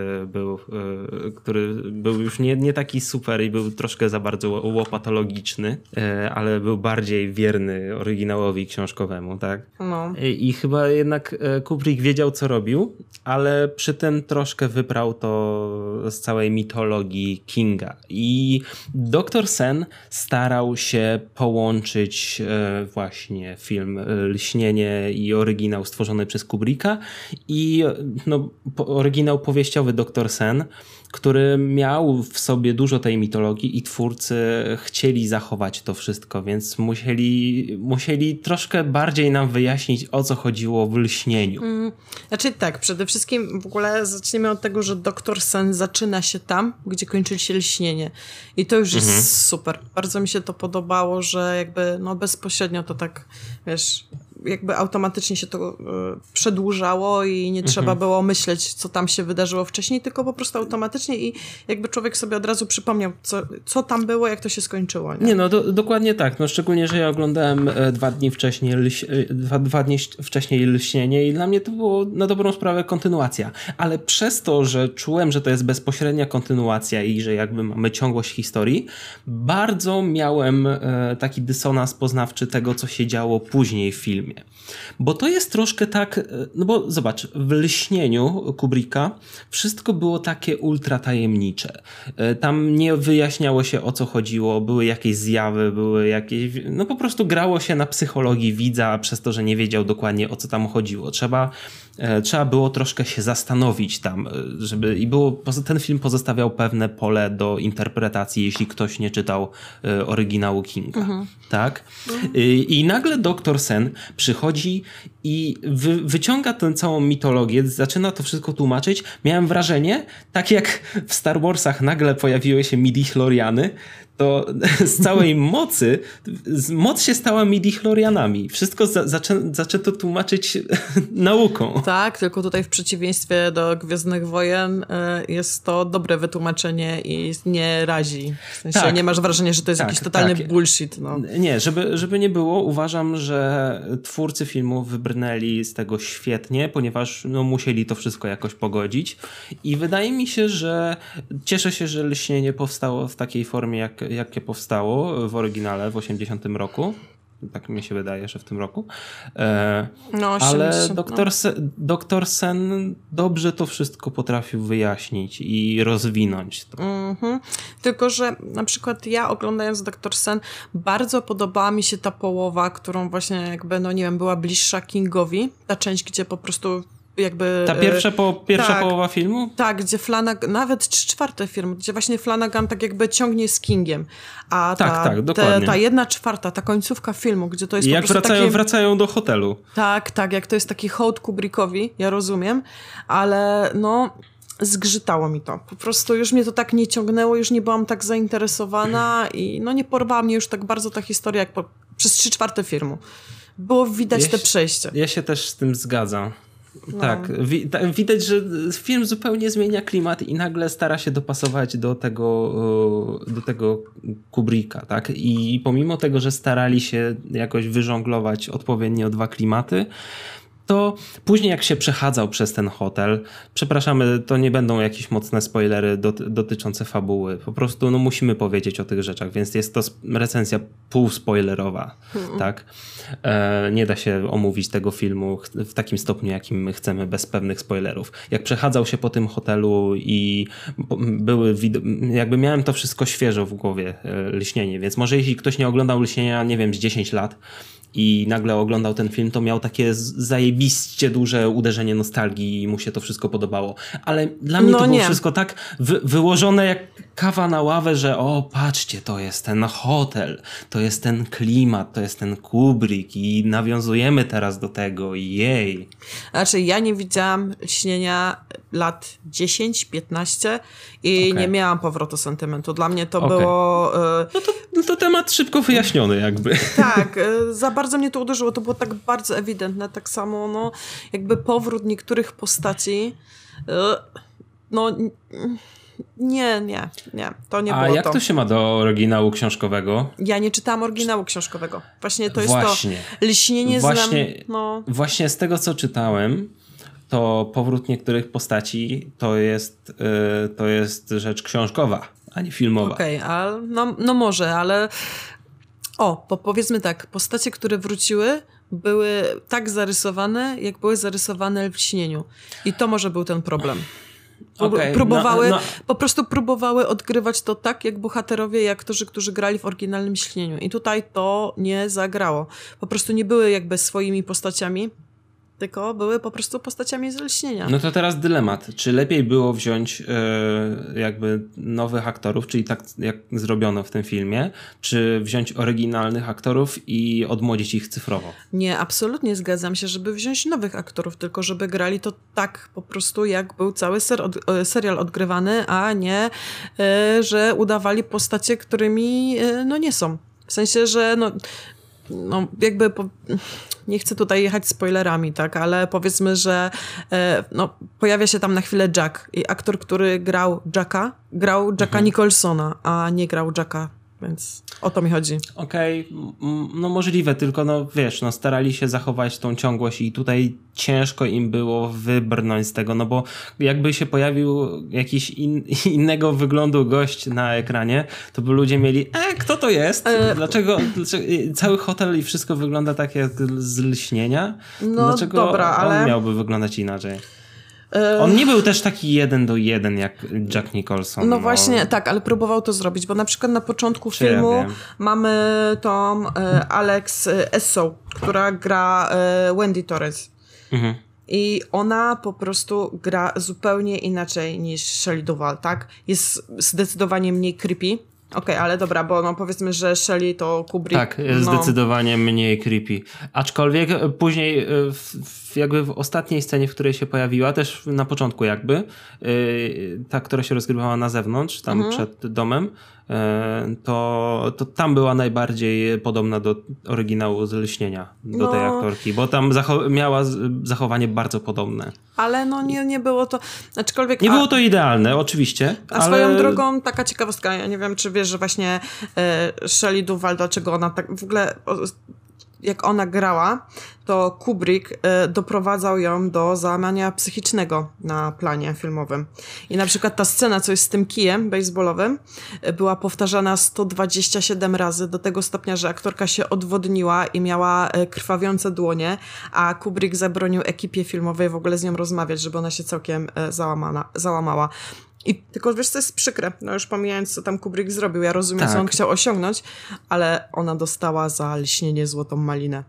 który był już nie taki super i był troszkę za bardzo łopatologiczny, ale był bardziej wierny oryginałowi książkowemu, tak? No. I chyba jednak Kubrick wiedział, co robił, ale przy tym troszkę wyprał to z całej mitologii Kinga. I Dr. Sen starał się połączyć właśnie film Lśnienie i oryginał stworzony przez Kubricka i oryginał powieściowy Dr. Sen, który miał w sobie dużo tej mitologii i twórcy chcieli zachować to wszystko, więc musieli troszkę bardziej nam wyjaśnić, o co chodziło w lśnieniu. Znaczy tak, przede wszystkim w ogóle zaczniemy od tego, że Dr. Sen zaczyna się tam, gdzie kończy się lśnienie. I to już jest super. Bardzo mi się to podobało, że jakby bezpośrednio to tak, wiesz, jakby automatycznie się to przedłużało i nie trzeba było myśleć, co tam się wydarzyło wcześniej, tylko po prostu automatycznie i jakby człowiek sobie od razu przypomniał, co tam było, jak to się skończyło. Nie, dokładnie tak. No, szczególnie, że ja oglądałem 2 dni wcześniej Lśnienie i dla mnie to było na dobrą sprawę kontynuacja. Ale przez to, że czułem, że to jest bezpośrednia kontynuacja i że jakby mamy ciągłość historii, bardzo miałem taki dysonans poznawczy tego, co się działo później w filmie. Bo to jest troszkę tak, no bo zobacz, w Lśnieniu Kubricka wszystko było takie ultra tajemnicze. Tam nie wyjaśniało się, o co chodziło, były jakieś zjawy, były jakieś, no po prostu grało się na psychologii widza przez to, że nie wiedział dokładnie, o co tam chodziło. Trzeba było troszkę się zastanowić tam, ten film pozostawiał pewne pole do interpretacji, jeśli ktoś nie czytał oryginału Kinga. Tak? I nagle Dr. Sen przychodzi i wyciąga tę całą mitologię, zaczyna to wszystko tłumaczyć. Miałem wrażenie, tak jak w Star Warsach nagle pojawiły się midi-chloriany, to z całej moc się stała midi-chlorianami. Wszystko zaczęto tłumaczyć nauką. Tak, tylko tutaj w przeciwieństwie do Gwiezdnych Wojen jest to dobre wytłumaczenie i nie razi. W sensie tak, nie masz wrażenia, że to jest jakiś totalny bullshit. No. Nie, żeby nie było, uważam, że twórcy filmu wybrnęli z tego świetnie, ponieważ musieli to wszystko jakoś pogodzić i wydaje mi się, że cieszę się, że Lśnienie powstało w takiej formie, jakie powstało w oryginale w 80 roku. Tak mi się wydaje, że w tym roku. Ale Dr. Sen dobrze to wszystko potrafił wyjaśnić i rozwinąć to. Tylko, że na przykład ja oglądając Dr. Sen bardzo podobała mi się ta połowa, którą właśnie jakby, była bliższa Kingowi. Ta część, gdzie po prostu jakby... Ta pierwsza połowa filmu? Tak, gdzie Flanagan, nawet 3/4 filmu, gdzie właśnie Flanagan tak jakby ciągnie z Kingiem. A dokładnie. Ta 1/4, ta końcówka filmu, gdzie to jest i po jak prostu wracają do hotelu. Tak, jak to jest taki hołd Kubrickowi, ja rozumiem, ale zgrzytało mi to. Po prostu już mnie to tak nie ciągnęło, już nie byłam tak zainteresowana i nie porwała mnie już tak bardzo ta historia, jak przez 3/4 filmu. Było widać te przejścia. Ja się też z tym zgadzam. Tak, widać, że film zupełnie zmienia klimat i nagle stara się dopasować do tego Kubricka, tak? I pomimo tego, że starali się jakoś wyżonglować odpowiednio 2 klimaty, to później jak się przechadzał przez ten hotel, przepraszamy, to nie będą jakieś mocne spoilery dotyczące fabuły. Po prostu musimy powiedzieć o tych rzeczach, więc jest to recenzja półspoilerowa, tak? Nie da się omówić tego filmu w takim stopniu, jakim my chcemy, bez pewnych spoilerów. Jak przechadzał się po tym hotelu i jakby miałem to wszystko świeżo w głowie, Lśnienie, więc może jeśli ktoś nie oglądał Lśnienia, nie wiem, z 10 lat, i nagle oglądał ten film, to miał takie zajebiście duże uderzenie nostalgii i mu się to wszystko podobało. Ale dla mnie to było wszystko tak wyłożone jak kawa na ławę, że patrzcie, to jest ten hotel, to jest ten klimat, to jest ten Kubrick i nawiązujemy teraz do tego i jej. Znaczy ja nie widziałam Lśnienia lat 10, 15 i nie miałam powrotu sentymentu. Dla mnie to było... To temat szybko wyjaśniony jakby. Tak, za bardzo mnie to uderzyło. To było tak bardzo ewidentne. Tak samo, jakby powrót niektórych postaci. Nie, to nie było to. A jak to. to się ma do oryginału książkowego? Ja nie czytałam oryginału książkowego. Właśnie to jest Właśnie. to lśnienie Właśnie z tego, co czytałem, to powrót niektórych postaci to jest rzecz książkowa, a nie filmowa. Okej, no może, ale powiedzmy tak, postacie, które wróciły, były tak zarysowane, jak były zarysowane w lśnieniu. I to może był ten problem. Po prostu próbowały odgrywać to tak, jak bohaterowie i aktorzy, którzy grali w oryginalnym lśnieniu. I tutaj to nie zagrało. Po prostu nie były jakby swoimi postaciami, tylko były po prostu postaciami z lśnienia. No to teraz dylemat. Czy lepiej było wziąć jakby nowych aktorów, czyli tak jak zrobiono w tym filmie, czy wziąć oryginalnych aktorów i odmłodzić ich cyfrowo? Nie, absolutnie zgadzam się, żeby wziąć nowych aktorów, tylko żeby grali to tak po prostu, jak był cały serial odgrywany, a nie, że udawali postacie, którymi nie są. W sensie, że jakby... Nie chcę tutaj jechać spoilerami, tak, ale powiedzmy, że pojawia się tam na chwilę Jack i aktor, który grał Jacka Nicholsona, a nie grał Jacka, więc o to mi chodzi. Okej, możliwe, tylko wiesz, starali się zachować tą ciągłość i tutaj ciężko im było wybrnąć z tego, bo jakby się pojawił jakiś innego wyglądu gość na ekranie, to by ludzie mieli, kto to jest? Dlaczego cały hotel i wszystko wygląda tak jak z lśnienia? Dlaczego on miałby wyglądać inaczej? On nie był też taki 1:1 jak Jack Nicholson. No właśnie, tak, ale próbował to zrobić, bo na przykład na początku filmu mamy tą Alex Essoe, która gra Wendy Torres. Mhm. I ona po prostu gra zupełnie inaczej niż Shelley Duvall, tak? Jest zdecydowanie mniej creepy. Okej, ale dobra, bo powiedzmy, że Shelley to Kubrick. Tak, zdecydowanie mniej creepy. Aczkolwiek później jakby w ostatniej scenie, w której się pojawiła, też na początku jakby, ta, która się rozgrywała na zewnątrz, tam przed domem, to tam była najbardziej podobna do oryginału z lśnienia, do tej aktorki, bo tam miała zachowanie bardzo podobne. Ale nie było to, aczkolwiek... Nie było to idealne, oczywiście. A swoją drogą taka ciekawostka, ja nie wiem, czy wiesz, że właśnie Shelley Duvall, dlaczego ona tak w ogóle... Jak ona grała, to Kubrick doprowadzał ją do załamania psychicznego na planie filmowym. I na przykład ta scena, co jest z tym kijem baseballowym, była powtarzana 127 razy do tego stopnia, że aktorka się odwodniła i miała krwawiące dłonie, a Kubrick zabronił ekipie filmowej w ogóle z nią rozmawiać, żeby ona się całkiem załamała. I tylko wiesz, co jest przykre, już pomijając, co tam Kubrick zrobił, ja rozumiem, co on chciał osiągnąć, ale ona dostała za lśnienie złotą malinę.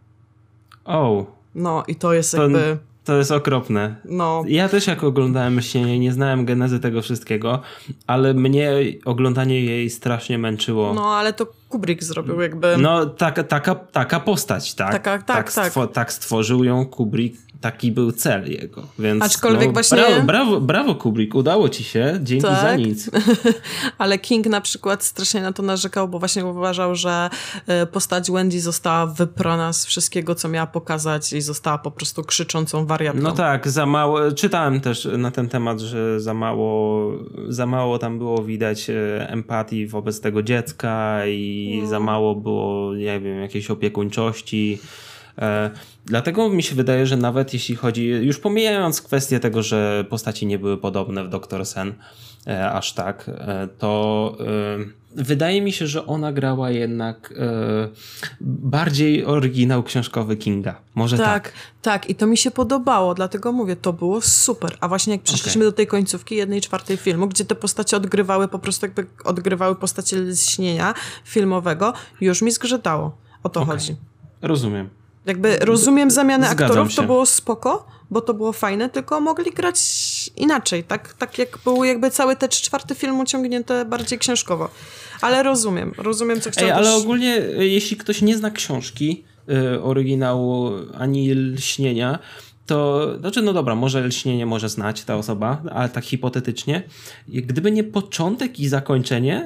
No i to jest jakby... To jest okropne. Ja też jak oglądałem lśnienie, nie znałem genezy tego wszystkiego, ale mnie oglądanie jej strasznie męczyło. Ale to Kubrick zrobił jakby... Taka postać, tak? Tak stworzył ją Kubrick, taki był cel jego, więc aczkolwiek właśnie... brawo Kubrick, udało ci się, dzięki za nic. Ale King na przykład strasznie na to narzekał, bo właśnie uważał, że postać Wendy została wyprana z wszystkiego, co miała pokazać i została po prostu krzyczącą wariatką. No tak, za mało, czytałem też na ten temat, że za mało tam było widać empatii wobec tego dziecka i za mało było, nie wiem, jakiejś opiekuńczości. Dlatego mi się wydaje, że nawet jeśli chodzi, już pomijając kwestię tego, że postaci nie były podobne w Dr. Sen aż tak, to wydaje mi się, że ona grała jednak bardziej oryginał książkowy Kinga. Może tak. Tak, i to mi się podobało, dlatego mówię, to było super. A właśnie jak przyszliśmy do tej końcówki 1/4 filmu, gdzie te postacie odgrywały po prostu jakby odgrywały postacie lśnienia filmowego, już mi zgrzytało. O to chodzi. Rozumiem. Jakby rozumiem zamianę aktorów, to było spoko, bo to było fajne, tylko mogli grać inaczej, tak jak był jakby cały te 3/4 filmu ciągnięte bardziej książkowo. Ale rozumiem, co chciał ale ogólnie, jeśli ktoś nie zna książki, oryginału, ani lśnienia, to, dobra, może lśnienie może znać ta osoba, ale tak hipotetycznie, gdyby nie początek i zakończenie,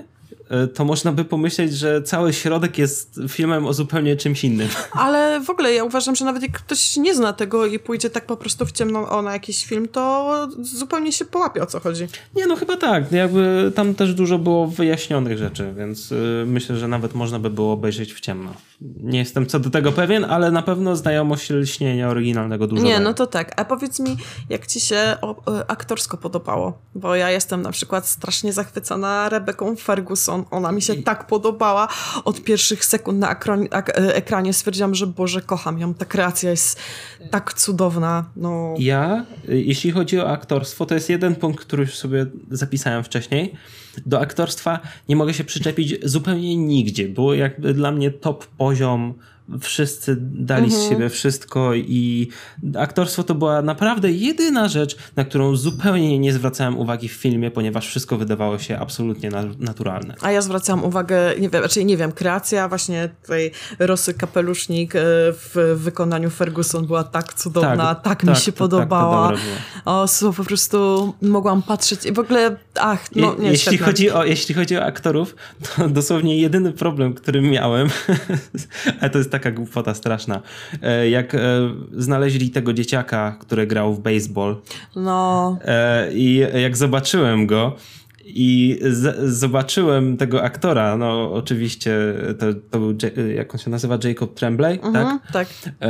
to można by pomyśleć, że cały środek jest filmem o zupełnie czymś innym. Ale w ogóle ja uważam, że nawet jak ktoś nie zna tego i pójdzie tak po prostu w ciemno na jakiś film, to zupełnie się połapie, o co chodzi. Nie, no chyba tak. Jakby tam też dużo było wyjaśnionych rzeczy, więc myślę, że nawet można by było obejrzeć w ciemno. Nie jestem co do tego pewien, ale na pewno znajomość lśnienia oryginalnego dużo daje. No to tak. A powiedz mi, jak ci się aktorsko podobało? Bo ja jestem na przykład strasznie zachwycona Rebecką Ferguson. Ona mi się tak podobała. Od pierwszych sekund na ekranie stwierdziłam, że Boże, kocham ją. Ta kreacja jest tak cudowna. No. Ja, jeśli chodzi o aktorstwo, to jest jeden punkt, który już sobie zapisałem wcześniej. Do aktorstwa nie mogę się przyczepić zupełnie nigdzie. Było jakby dla mnie top poziom. Wszyscy dali z siebie wszystko i aktorstwo to była naprawdę jedyna rzecz, na którą zupełnie nie zwracałem uwagi w filmie, ponieważ wszystko wydawało się absolutnie naturalne. A ja zwracałam uwagę, nie wiem, kreacja właśnie tej Rosy Kapelusznik w wykonaniu Ferguson była tak cudowna, tak mi się podobała. Po prostu mogłam patrzeć i w ogóle, jeśli chodzi o aktorów, to dosłownie jedyny problem, który miałem, ale to jest taka głupota straszna. Jak znaleźli tego dzieciaka, który grał w baseball. No. I jak zobaczyłem go i zobaczyłem tego aktora, no oczywiście to był, jak on się nazywa, Jacob Tremblay, tak? Tak.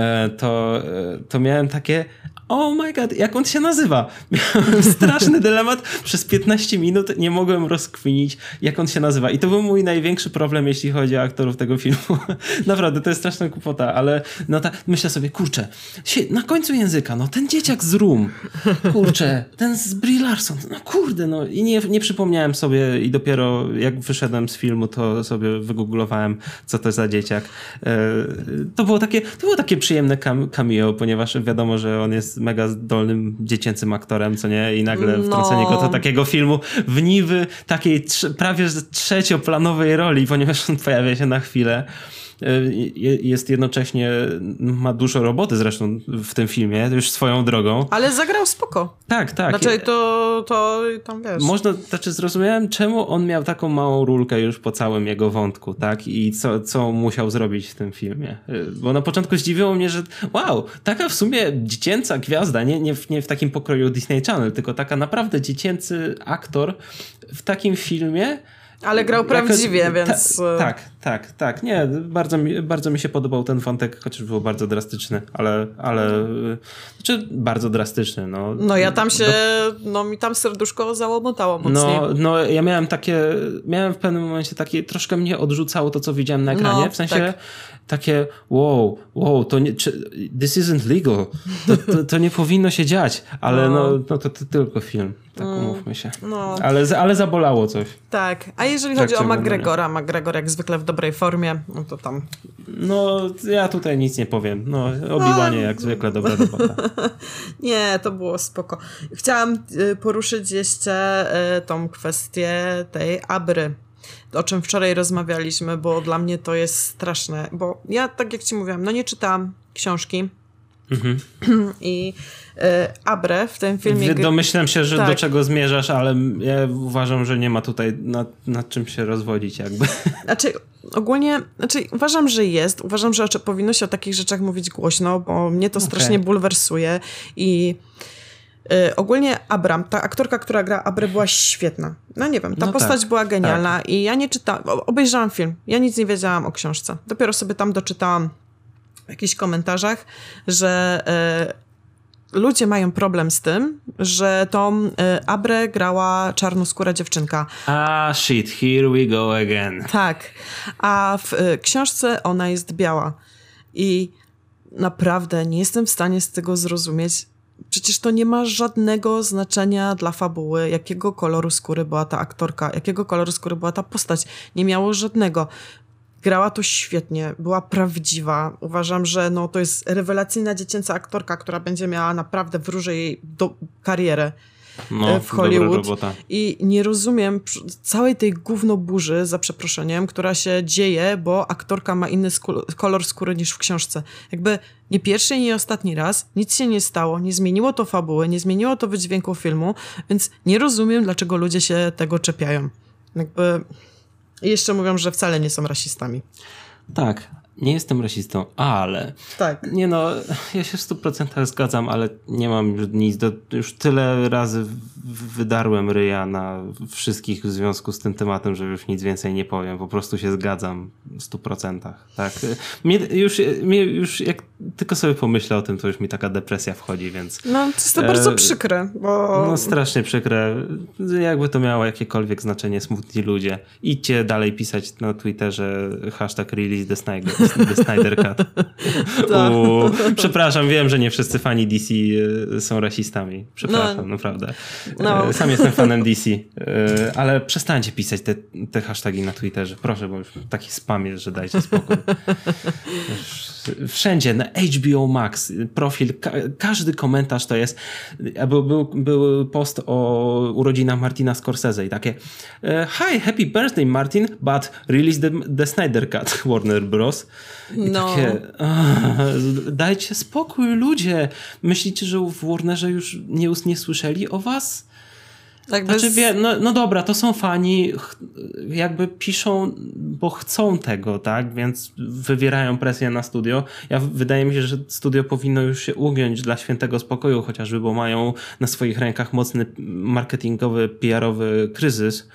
To miałem takie, oh my god, jak on się nazywa? Miałem straszny dylemat. Przez 15 minut nie mogłem rozkminić, jak on się nazywa. I to był mój największy problem, jeśli chodzi o aktorów tego filmu. Naprawdę, to jest straszna głupota, ale myślę sobie, kurczę, na końcu języka, ten dzieciak z Room, kurczę, ten z Brie Larson, i nie przypomniałem sobie i dopiero jak wyszedłem z filmu, to sobie wygooglowałem, co to za dzieciak. To było takie przyjemne cameo, ponieważ wiadomo, że on jest mega zdolnym dziecięcym aktorem, co nie? I nagle wtrącenie go do takiego filmu w niby takiej prawie trzecioplanowej roli, ponieważ on pojawia się na chwilę. Jest jednocześnie, ma dużo roboty zresztą w tym filmie, już swoją drogą. Ale zagrał spoko. Tak. Znaczy to tam wiesz. Zrozumiałem, czemu on miał taką małą rulkę już po całym jego wątku, tak? I co musiał zrobić w tym filmie. Bo na początku zdziwiło mnie, że wow, taka w sumie dziecięca gwiazda, nie w takim pokroju Disney Channel, tylko taka naprawdę dziecięcy aktor w takim filmie. Ale grał prawdziwie, więc... Tak. Nie, bardzo mi się podobał ten wątek, chociaż był bardzo drastyczny, ale bardzo drastyczny. No ja tam się, mi tam serduszko załomotało mocniej. Ja miałem w pewnym momencie takie, troszkę mnie odrzucało to, co widziałem na ekranie, w sensie takie wow, to nie, this isn't legal, to nie powinno się dziać, ale to tylko film, tak umówmy się. Ale zabolało coś. Tak, a jeżeli chodzi o McGregor jak zwykle w dobrej formie, to tam... Ja tutaj nic nie powiem. Obi-Wanie jak zwykle dobra robota. Nie, to było spoko. Chciałam poruszyć jeszcze tą kwestię tej Abry, o czym wczoraj rozmawialiśmy, bo dla mnie to jest straszne, bo ja, tak jak ci mówiłam, nie czytałam książki i Abrę w tym filmie... Domyślam się, że do czego zmierzasz, ale ja uważam, że nie ma tutaj nad czym się rozwodzić jakby. Uważam, że jest. Uważam, że powinno się o takich rzeczach mówić głośno, bo mnie to strasznie bulwersuje i ogólnie Abram, ta aktorka, która gra Abrę, była świetna. Nie wiem, ta postać była genialna i ja nie czytałam, obejrzałam film, ja nic nie wiedziałam o książce. Dopiero sobie tam doczytałam w jakichś komentarzach, że ludzie mają problem z tym, że tą Abrę grała czarnoskóra dziewczynka. Shit, here we go again. Tak, a w książce ona jest biała i naprawdę nie jestem w stanie z tego zrozumieć. Przecież to nie ma żadnego znaczenia dla fabuły, jakiego koloru skóry była ta aktorka, jakiego koloru skóry była ta postać. Nie miało żadnego. Grała to świetnie, była prawdziwa. Uważam, że to jest rewelacyjna dziecięca aktorka, która będzie miała naprawdę wróżę jej karierę w Hollywood. I nie rozumiem całej tej gównoburzy, za przeproszeniem, która się dzieje, bo aktorka ma inny kolor skóry niż w książce. Jakby nie pierwszy i nie ostatni raz, nic się nie stało, nie zmieniło to fabuły, nie zmieniło to wydźwięku filmu, więc nie rozumiem, dlaczego ludzie się tego czepiają. Jakby... I jeszcze mówią, że wcale nie są rasistami. Tak, nie jestem rasistą, ale... Tak. Nie no, ja się w 100% zgadzam, ale nie mam już nic już tyle razy wydarłem ryja na wszystkich w związku z tym tematem, że już nic więcej nie powiem. Po prostu się zgadzam w 100%. Tak. Mnie już jak tylko sobie pomyślę o tym, to już mi taka depresja wchodzi, więc... No, to jest to bardzo przykre, bo... No, strasznie przykre. Jakby to miało jakiekolwiek znaczenie, smutni ludzie. Idźcie dalej pisać na Twitterze #release the Snyder Cut. Przepraszam, wiem, że nie wszyscy fani DC są rasistami. Przepraszam, naprawdę. No. Sam jestem fanem DC, ale przestańcie pisać te hasztagi na Twitterze. Proszę, bo już taki spam jest, że dajcie spokój. Wszędzie, na HBO Max, profil, każdy komentarz to jest... Był post o urodzinach Martina Scorsese i takie hi, happy birthday Martin, but release the Snyder Cut, Warner Bros. I takie dajcie spokój ludzie. Myślicie, że w Warnerze już nie słyszeli o was? Tak znaczy, no dobra, to są fani, jakby piszą, bo chcą tego, tak? Więc wywierają presję na studio. Wydaje mi się, że studio powinno już się ugiąć dla świętego spokoju, chociażby, bo mają na swoich rękach mocny marketingowy, PR-owy kryzys.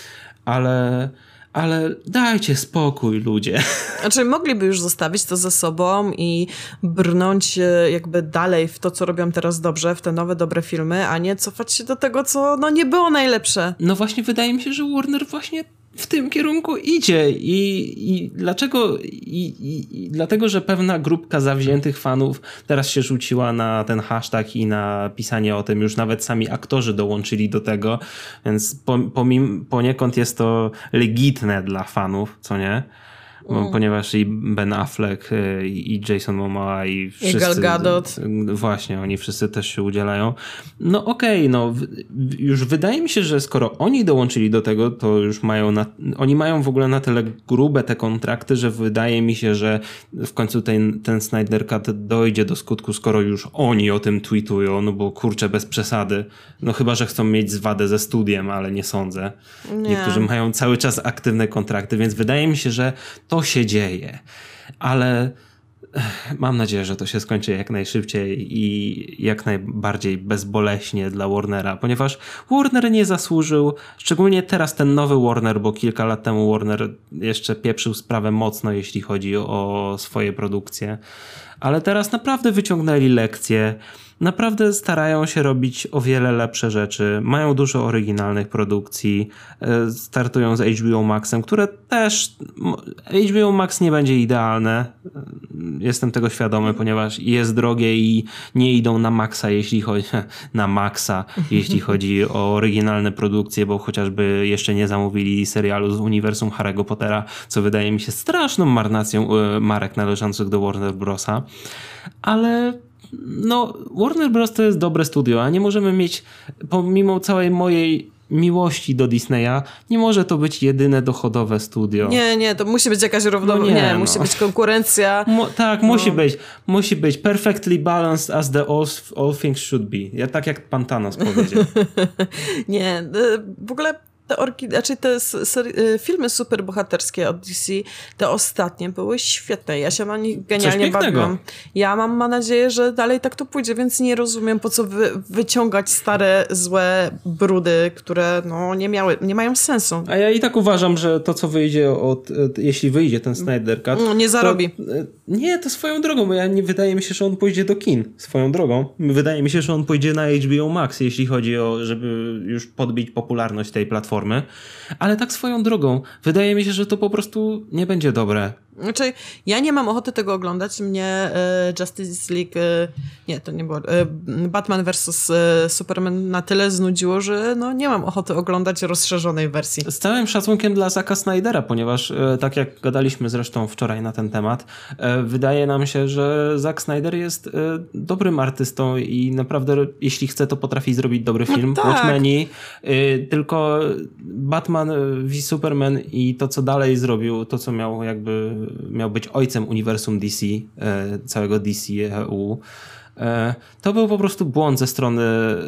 Ale dajcie spokój, ludzie. Znaczy, mogliby już zostawić to za sobą i brnąć jakby dalej w to, co robią teraz dobrze, w te nowe, dobre filmy, a nie cofać się do tego, co nie było najlepsze. No właśnie, wydaje mi się, że Warner właśnie w tym kierunku idzie i dlaczego? Dlatego, że pewna grupka zawziętych fanów teraz się rzuciła na ten hashtag i na pisanie o tym. Już nawet sami aktorzy dołączyli do tego, więc poniekąd jest to legitne dla fanów, co nie? Ponieważ i Ben Affleck, i Jason Momoa, i wszyscy... I Gal Gadot. Właśnie, oni wszyscy też się udzielają. No okej, już wydaje mi się, że skoro oni dołączyli do tego, to już oni mają w ogóle na tyle grube te kontrakty, że wydaje mi się, że w końcu ten Snyder Cut dojdzie do skutku, skoro już oni o tym tweetują, no bo kurczę, bez przesady. No chyba, że chcą mieć zwadę ze studiem, ale nie sądzę. Nie. Niektórzy mają cały czas aktywne kontrakty, więc wydaje mi się, że to się dzieje, ale mam nadzieję, że to się skończy jak najszybciej i jak najbardziej bezboleśnie dla Warnera, ponieważ Warner nie zasłużył, szczególnie teraz ten nowy Warner, bo kilka lat temu Warner jeszcze pieprzył sprawę mocno, jeśli chodzi o swoje produkcje, ale teraz naprawdę wyciągnęli lekcje. Naprawdę starają się robić o wiele lepsze rzeczy. Mają dużo oryginalnych produkcji. Startują z HBO Maxem, które też... HBO Max nie będzie idealne. Jestem tego świadomy, ponieważ jest drogie i nie idą na maksa, jeśli chodzi o oryginalne produkcje, bo chociażby jeszcze nie zamówili serialu z uniwersum Harry'ego Pottera, co wydaje mi się straszną marnacją marek należących do Warner Brosa. Ale... Warner Bros. To jest dobre studio, a nie możemy mieć, pomimo całej mojej miłości do Disneya, nie może to być jedyne dochodowe studio. Nie, to musi być jakaś musi być konkurencja. Musi być perfectly balanced as the all things should be. Tak jak pan Thanos powiedział. Nie, w ogóle te filmy superbohaterskie od DC, te ostatnie były świetne. Ja się na nich genialnie bawiłam. Ja mam nadzieję, że dalej tak to pójdzie, więc nie rozumiem, po co wyciągać stare, złe brudy, które nie mają sensu. A ja i tak uważam, że to, co wyjdzie jeśli wyjdzie ten Snyder Cut... nie zarobi. To swoją drogą, bo wydaje mi się, że on pójdzie do kin. Swoją drogą. Wydaje mi się, że on pójdzie na HBO Max, jeśli chodzi o, żeby już podbić popularność tej platformy. Ale tak swoją drogą, wydaje mi się, że to po prostu nie będzie dobre. Znaczy, ja nie mam ochoty tego oglądać. Mnie Justice League, to nie było, Batman vs. Superman na tyle znudziło, że nie mam ochoty oglądać rozszerzonej wersji. Z całym szacunkiem dla Zacka Snydera, ponieważ tak jak gadaliśmy zresztą wczoraj na ten temat, wydaje nam się, że Zack Snyder jest dobrym artystą i naprawdę, jeśli chce, to potrafi zrobić dobry film. Tak. Watchmeni, tylko Batman v Superman i to, co dalej zrobił, to, co miał być ojcem uniwersum DC, całego DCEU, To był po prostu błąd ze strony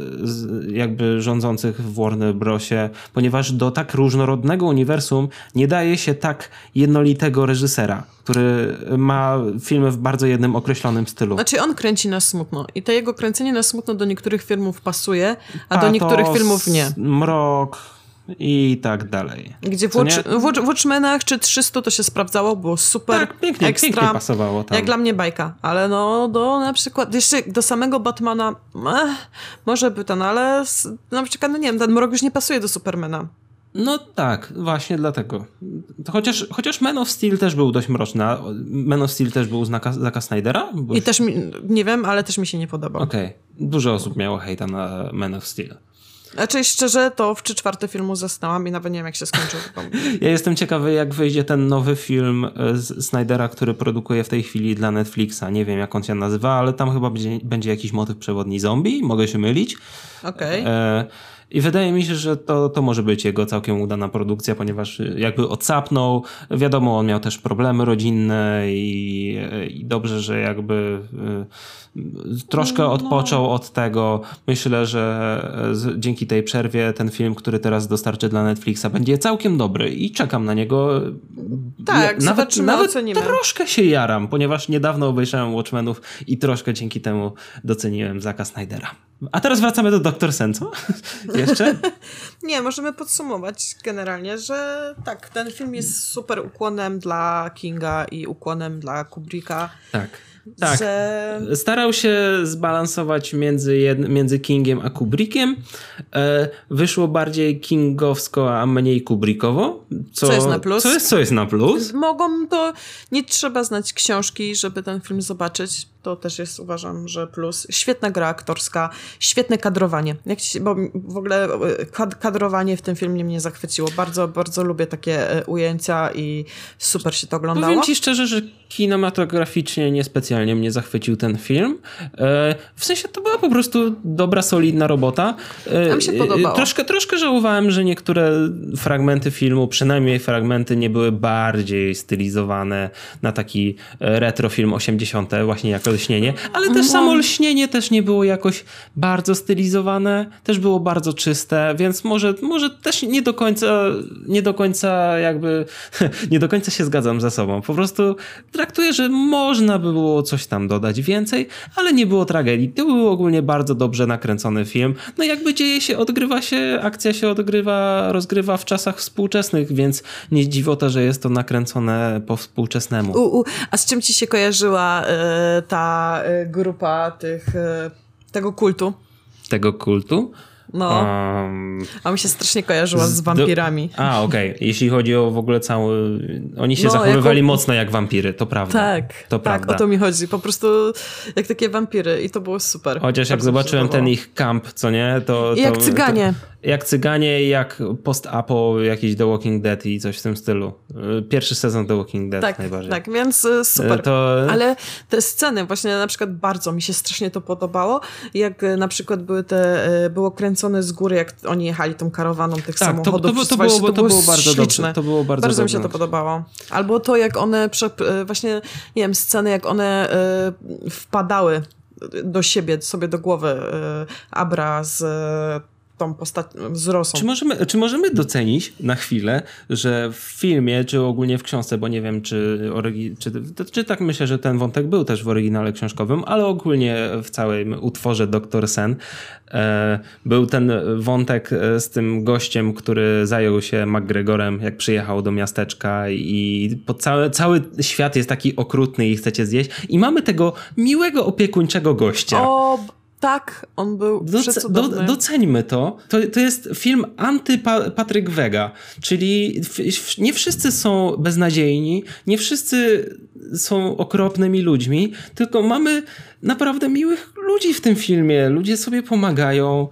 jakby rządzących w Warner Brosie, ponieważ do tak różnorodnego uniwersum nie daje się tak jednolitego reżysera, który ma filmy w bardzo jednym określonym stylu. Znaczy on kręci na smutno i to jego kręcenie na smutno do niektórych filmów pasuje, a do niektórych filmów nie. Mrok i tak dalej. Gdzie w Watchmenach czy 300 to się sprawdzało, było super, tak, pięknie, ekstra, pięknie pasowało tam. Jak dla mnie bajka, ale no do na przykład, jeszcze do samego Batmana może by ten, ale na przykład, no nie wiem, ten Mrok już nie pasuje do Supermana. No tak, właśnie dlatego. Chociaż Man of Steel też był dość mroczny. Man of Steel też był z Zacka Snydera? I też nie wiem, ale też mi się nie podobał. Okej. Dużo osób miało hejta na Man of Steel. Znaczy szczerze, to w 3/4 filmu zasnęłam i nawet nie wiem, jak się skończył. Ja jestem ciekawy, jak wyjdzie ten nowy film z Snydera, który produkuje w tej chwili dla Netflixa. Nie wiem, jak on się nazywa, ale tam chyba będzie jakiś motyw przewodni zombie. Mogę się mylić. Okej. I wydaje mi się, że to może być jego całkiem udana produkcja, ponieważ jakby odsapnął. Wiadomo, on miał też problemy rodzinne i dobrze, że jakby troszkę odpoczął od tego. Myślę, że dzięki tej przerwie ten film, który teraz dostarczy dla Netflixa, będzie całkiem dobry i czekam na niego. Tak, zobaczymy, ocenimy. Troszkę się jaram, ponieważ niedawno obejrzałem Watchmenów i troszkę dzięki temu doceniłem Zacka Snydera. A teraz wracamy do Dr. Sen, co? Jeszcze? Nie, możemy podsumować generalnie, że tak, ten film jest super ukłonem dla Kinga i ukłonem dla Kubricka. Tak. Tak, że... starał się zbalansować między Kingiem a Kubrickiem. Wyszło bardziej kingowsko, a mniej Kubrickowo. Co jest na plus. Co jest na plus. Mogą to... Nie trzeba znać książki, żeby ten film zobaczyć. To też jest, uważam, że plus. Świetna gra aktorska, świetne kadrowanie. Bo w ogóle kadrowanie w tym filmie mnie zachwyciło. Bardzo, bardzo lubię takie ujęcia i super się to oglądało. Powiem ci szczerze, że kinematograficznie niespecjalnie mnie zachwycił ten film. W sensie to była po prostu dobra, solidna robota. Nam się podobało. Troszkę żałowałem, że niektóre fragmenty filmu, przynajmniej fragmenty, nie były bardziej stylizowane na taki retro film 80. właśnie jako lśnienie, ale też samo lśnienie też nie było jakoś bardzo stylizowane, też było bardzo czyste, więc może też nie do końca jakby nie do końca się zgadzam ze sobą. Po prostu traktuję, że można by było coś tam dodać więcej, ale nie było tragedii. To był ogólnie bardzo dobrze nakręcony film. No jakby akcja się rozgrywa w czasach współczesnych, więc nie dziwota, że jest to nakręcone po współczesnemu. A z czym ci się kojarzyła ta grupa tego kultu? Tego kultu? No. A mi się strasznie kojarzyła z wampirami. Okej. Jeśli chodzi o w ogóle oni się zachowywali mocno jak wampiry, to prawda. Tak, o to mi chodzi. Po prostu jak takie wampiry i to było super. Chociaż jak zobaczyłem ten ich kamp, co nie? Jak Cyganie. Jak Cyganie i jak post-apo jakiś The Walking Dead i coś w tym stylu. Pierwszy sezon The Walking Dead najbardziej. Tak, więc super. Ale te sceny właśnie na przykład bardzo mi się strasznie to podobało. Jak na przykład było kręcone z góry, jak oni jechali tą karawaną tych samochodów. To było bardzo śliczne. To było bardzo mi się to podobało. Albo to, jak one właśnie, nie wiem, sceny, jak one wpadały do siebie, sobie do głowy Abra z tą postacią, z Rosą. Czy możemy docenić na chwilę, że w filmie, czy ogólnie w książce, bo nie wiem, czy tak myślę, że ten wątek był też w oryginale książkowym, ale ogólnie w całym utworze Dr. Sen był ten wątek z tym gościem, który zajął się McGregorem, jak przyjechał do miasteczka i cały świat jest taki okrutny i chcecie zjeść. I mamy tego miłego, opiekuńczego gościa. Tak, on był przecudowny. Doceńmy to. To jest film anty-Patryk Wega, czyli nie wszyscy są beznadziejni, nie wszyscy są okropnymi ludźmi, tylko mamy naprawdę miłych ludzi w tym filmie. Ludzie sobie pomagają.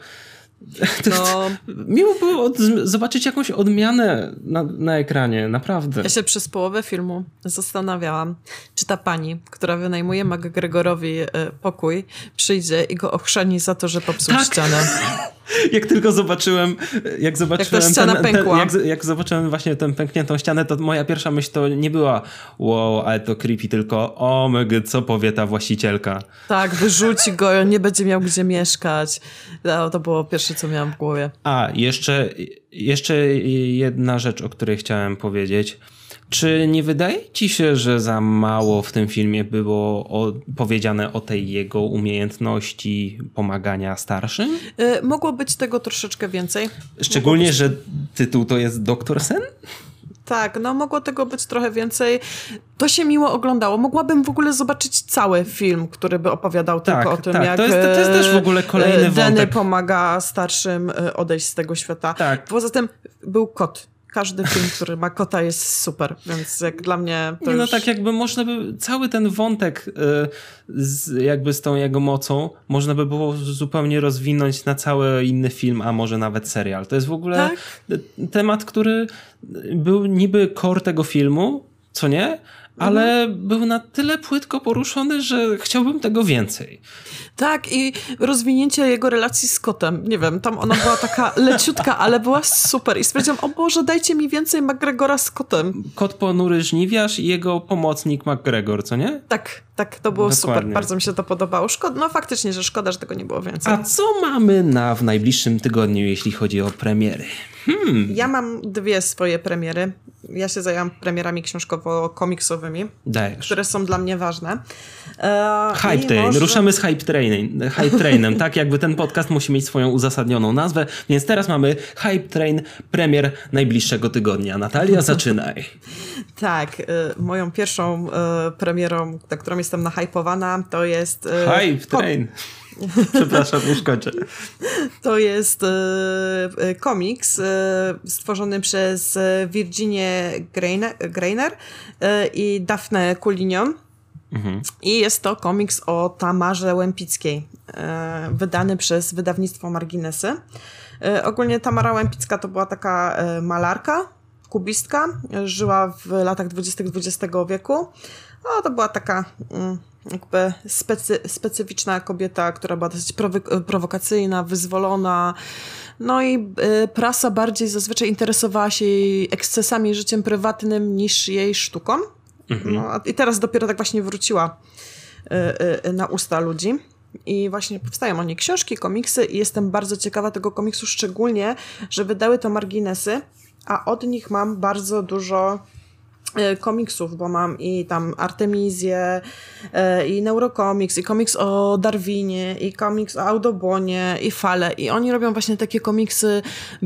Miło było zobaczyć jakąś odmianę na ekranie, naprawdę. Ja się przez połowę filmu zastanawiałam, czy ta pani, która wynajmuje McGregorowi pokój, przyjdzie i go ochrzani za to, że popsuł ścianę. Jak tylko zobaczyłem, jak ściana pękła. jak zobaczyłem właśnie tę pękniętą ścianę, to moja pierwsza myśl to nie była wow, ale to creepy, tylko o my god, co powie ta właścicielka. Tak, wyrzuci go, nie będzie miał gdzie mieszkać. No, to było pierwsze, co miałam w głowie. A, jeszcze jedna rzecz, o której chciałem powiedzieć. Czy nie wydaje ci się, że za mało w tym filmie było powiedziane o tej jego umiejętności pomagania starszym? Mogło być tego troszeczkę więcej. Szczególnie, że tytuł to jest Doktor Sen? Tak, no mogło tego być trochę więcej. To się miło oglądało. Mogłabym w ogóle zobaczyć cały film, który by opowiadał tylko o tym, jak to jest też w ogóle kolejny wątek. Danny pomaga starszym odejść z tego świata. Tak. Poza tym był kot. Każdy film, który ma kota, jest super, więc jak dla mnie to no już... tak jakby można by cały ten wątek jakby z tą jego mocą można by było zupełnie rozwinąć na cały inny film, a może nawet serial. To jest w ogóle temat, który był niby core tego filmu, co nie? Ale był na tyle płytko poruszony, że chciałbym tego więcej. Tak, i rozwinięcie jego relacji z kotem. Nie wiem, tam ona była taka leciutka, ale była super. I stwierdziłam, o Boże, dajcie mi więcej McGregora z kotem. Kot ponury żniwiarz i jego pomocnik McGregor, co nie? Tak, to było Dokładnie. super. Bardzo mi się to podobało. No faktycznie, że szkoda, że tego nie było więcej. A co mamy w najbliższym tygodniu, jeśli chodzi o premiery? Ja mam 2 swoje premiery. Ja się zajęłam premierami książkowo-komiksowymi, które są dla mnie ważne. Hype Train. Ruszamy z Hype Trainem. Tak, jakby ten podcast musi mieć swoją uzasadnioną nazwę, więc teraz mamy Hype Train premier najbliższego tygodnia. Natalia, zaczynaj. Tak, moją pierwszą premierą, na którą jestem nahypowana, to jest... Hype Train. Przepraszam, już kończę. To jest komiks stworzony przez Virginię Greiner i Daphnę Cullinan. I jest to komiks o Tamarze Łępickiej, wydany przez wydawnictwo Marginesy. Ogólnie Tamara Łępicka to była taka malarka, kubistka, żyła w latach 20. XX wieku. No, to była taka jakby specyficzna kobieta, która była dosyć prowokacyjna, wyzwolona. No i prasa bardziej zazwyczaj interesowała się jej ekscesami i życiem prywatnym niż jej sztuką. No, i teraz dopiero tak właśnie wróciła na usta ludzi. I właśnie powstają o niej książki, komiksy i jestem bardzo ciekawa tego komiksu, szczególnie, że wydały to Marginesy, a od nich mam bardzo dużo komiksów, bo mam i tam Artemizję, i Neurocomics, i komiks o Darwinie, i komiks o Audubonie, i Fale. I oni robią właśnie takie komiksy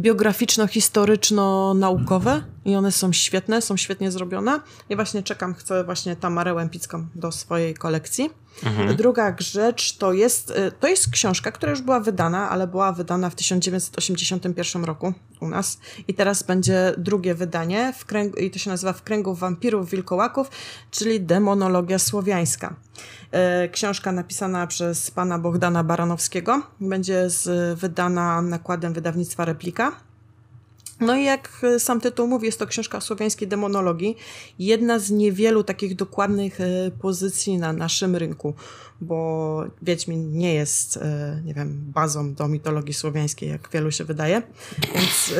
biograficzno-historyczno-naukowe i one są świetne, są świetnie zrobione. I właśnie chcę właśnie Tamarę Łępicką do swojej kolekcji. Druga rzecz to jest książka, która już była wydana, ale była wydana w 1981 roku u nas i teraz będzie drugie wydanie i to się nazywa W kręgu wampirów, wilkołaków, czyli Demonologia słowiańska. Książka napisana przez pana Bohdana Baranowskiego będzie wydana nakładem wydawnictwa Replika. No i jak sam tytuł mówi, jest to książka o słowiańskiej demonologii. Jedna z niewielu takich dokładnych pozycji na naszym rynku, bo Wiedźmin nie jest, nie wiem, bazą do mitologii słowiańskiej, jak wielu się wydaje. Więc...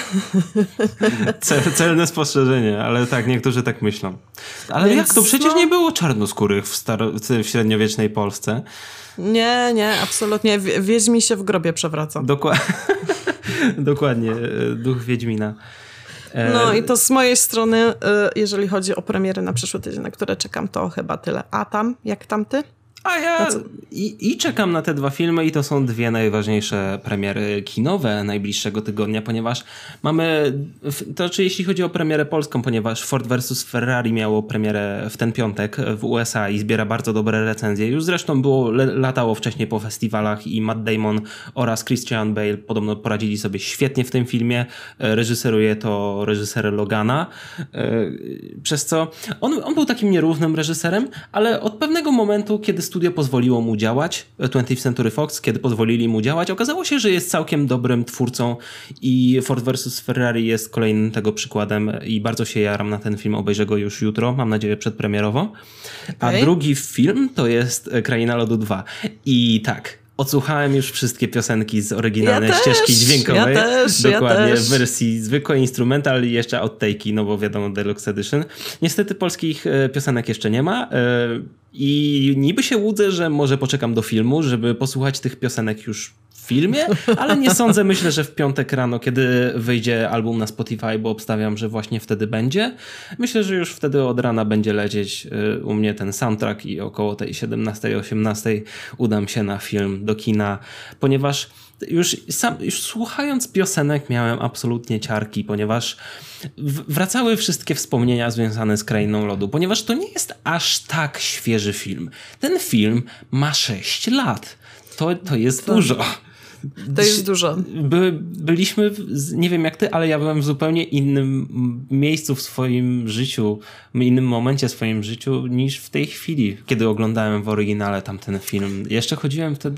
Celne spostrzeżenie, ale tak, niektórzy tak myślą. Ale więc, jak to? Przecież nie było czarnoskórych w średniowiecznej Polsce. Nie, absolutnie. Wiedźmin się w grobie przewraca. Dokładnie, duch Wiedźmina. No i to z mojej strony, jeżeli chodzi o premiery na przyszły tydzień, na które czekam, to chyba tyle. A tam, jak tam ty? A ja i czekam na te 2 filmy i to są 2 najważniejsze premiery kinowe najbliższego tygodnia, ponieważ mamy, to czy jeśli chodzi o premierę polską, ponieważ Ford vs Ferrari miało premierę w ten piątek w USA i zbiera bardzo dobre recenzje. Już zresztą latało wcześniej po festiwalach i Matt Damon oraz Christian Bale podobno poradzili sobie świetnie w tym filmie. Reżyseruje to reżyser Logana, przez co on był takim nierównym reżyserem, ale od pewnego momentu, kiedy studio pozwoliło mu działać, 20th Century Fox, kiedy pozwolili mu działać, okazało się, że jest całkiem dobrym twórcą i Ford vs Ferrari jest kolejnym tego przykładem i bardzo się jaram na ten film, obejrzę go już jutro, mam nadzieję przedpremierowo. A drugi film to jest Kraina Lodu 2. I tak, odsłuchałem już wszystkie piosenki z oryginalnej ścieżki dźwiękowej. Dokładnie, w wersji zwykłej, instrumental i jeszcze outtake'i, no bo wiadomo, Deluxe Edition. Niestety polskich piosenek jeszcze nie ma i niby się łudzę, że może poczekam do filmu, żeby posłuchać tych piosenek już w filmie, ale nie sądzę. Myślę, że w piątek rano, kiedy wyjdzie album na Spotify, bo obstawiam, że właśnie wtedy będzie. Myślę, że już wtedy od rana będzie lecieć u mnie ten soundtrack i około tej 17-18 udam się na film do kina, ponieważ już słuchając piosenek miałem absolutnie ciarki, ponieważ wracały wszystkie wspomnienia związane z Krainą Lodu, ponieważ to nie jest aż tak świeży film. Ten film ma 6 lat. To jest dużo. To jest dużo. Byliśmy, nie wiem jak ty, ale ja byłem w zupełnie innym miejscu w swoim życiu, w innym momencie w swoim życiu niż w tej chwili, kiedy oglądałem w oryginale tamten film. Jeszcze chodziłem wtedy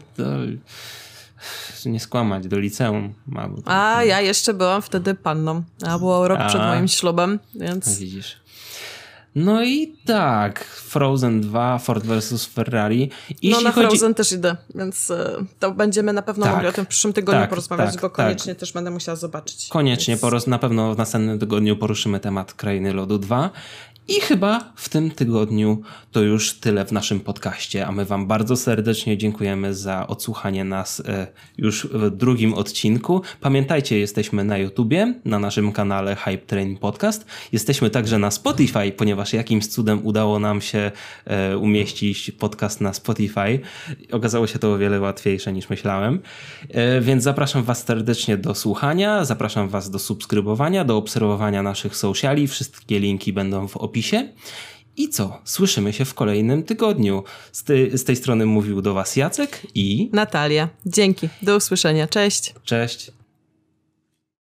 nie skłamać, do liceum. Ja jeszcze byłam wtedy panną. A było rok przed moim ślubem, więc... Widzisz. No i tak, Frozen 2, Ford vs Ferrari. Frozen też idę, więc to będziemy na pewno mogli o tym w przyszłym tygodniu porozmawiać, bo koniecznie też będę musiała zobaczyć. Koniecznie, na pewno w następnym tygodniu poruszymy temat Krainy Lodu 2. I chyba w tym tygodniu to już tyle w naszym podcaście, a my wam bardzo serdecznie dziękujemy za odsłuchanie nas już w drugim odcinku. Pamiętajcie, jesteśmy na YouTubie, na naszym kanale Hype Train Podcast. Jesteśmy także na Spotify, ponieważ jakimś cudem udało nam się umieścić podcast na Spotify. Okazało się to o wiele łatwiejsze niż myślałem. Więc zapraszam was serdecznie do słuchania, zapraszam was do subskrybowania, do obserwowania naszych sociali. Wszystkie linki będą w opisie. I co? Słyszymy się w kolejnym tygodniu. Z tej strony mówił do was Jacek i... Natalia. Dzięki. Do usłyszenia. Cześć. Cześć.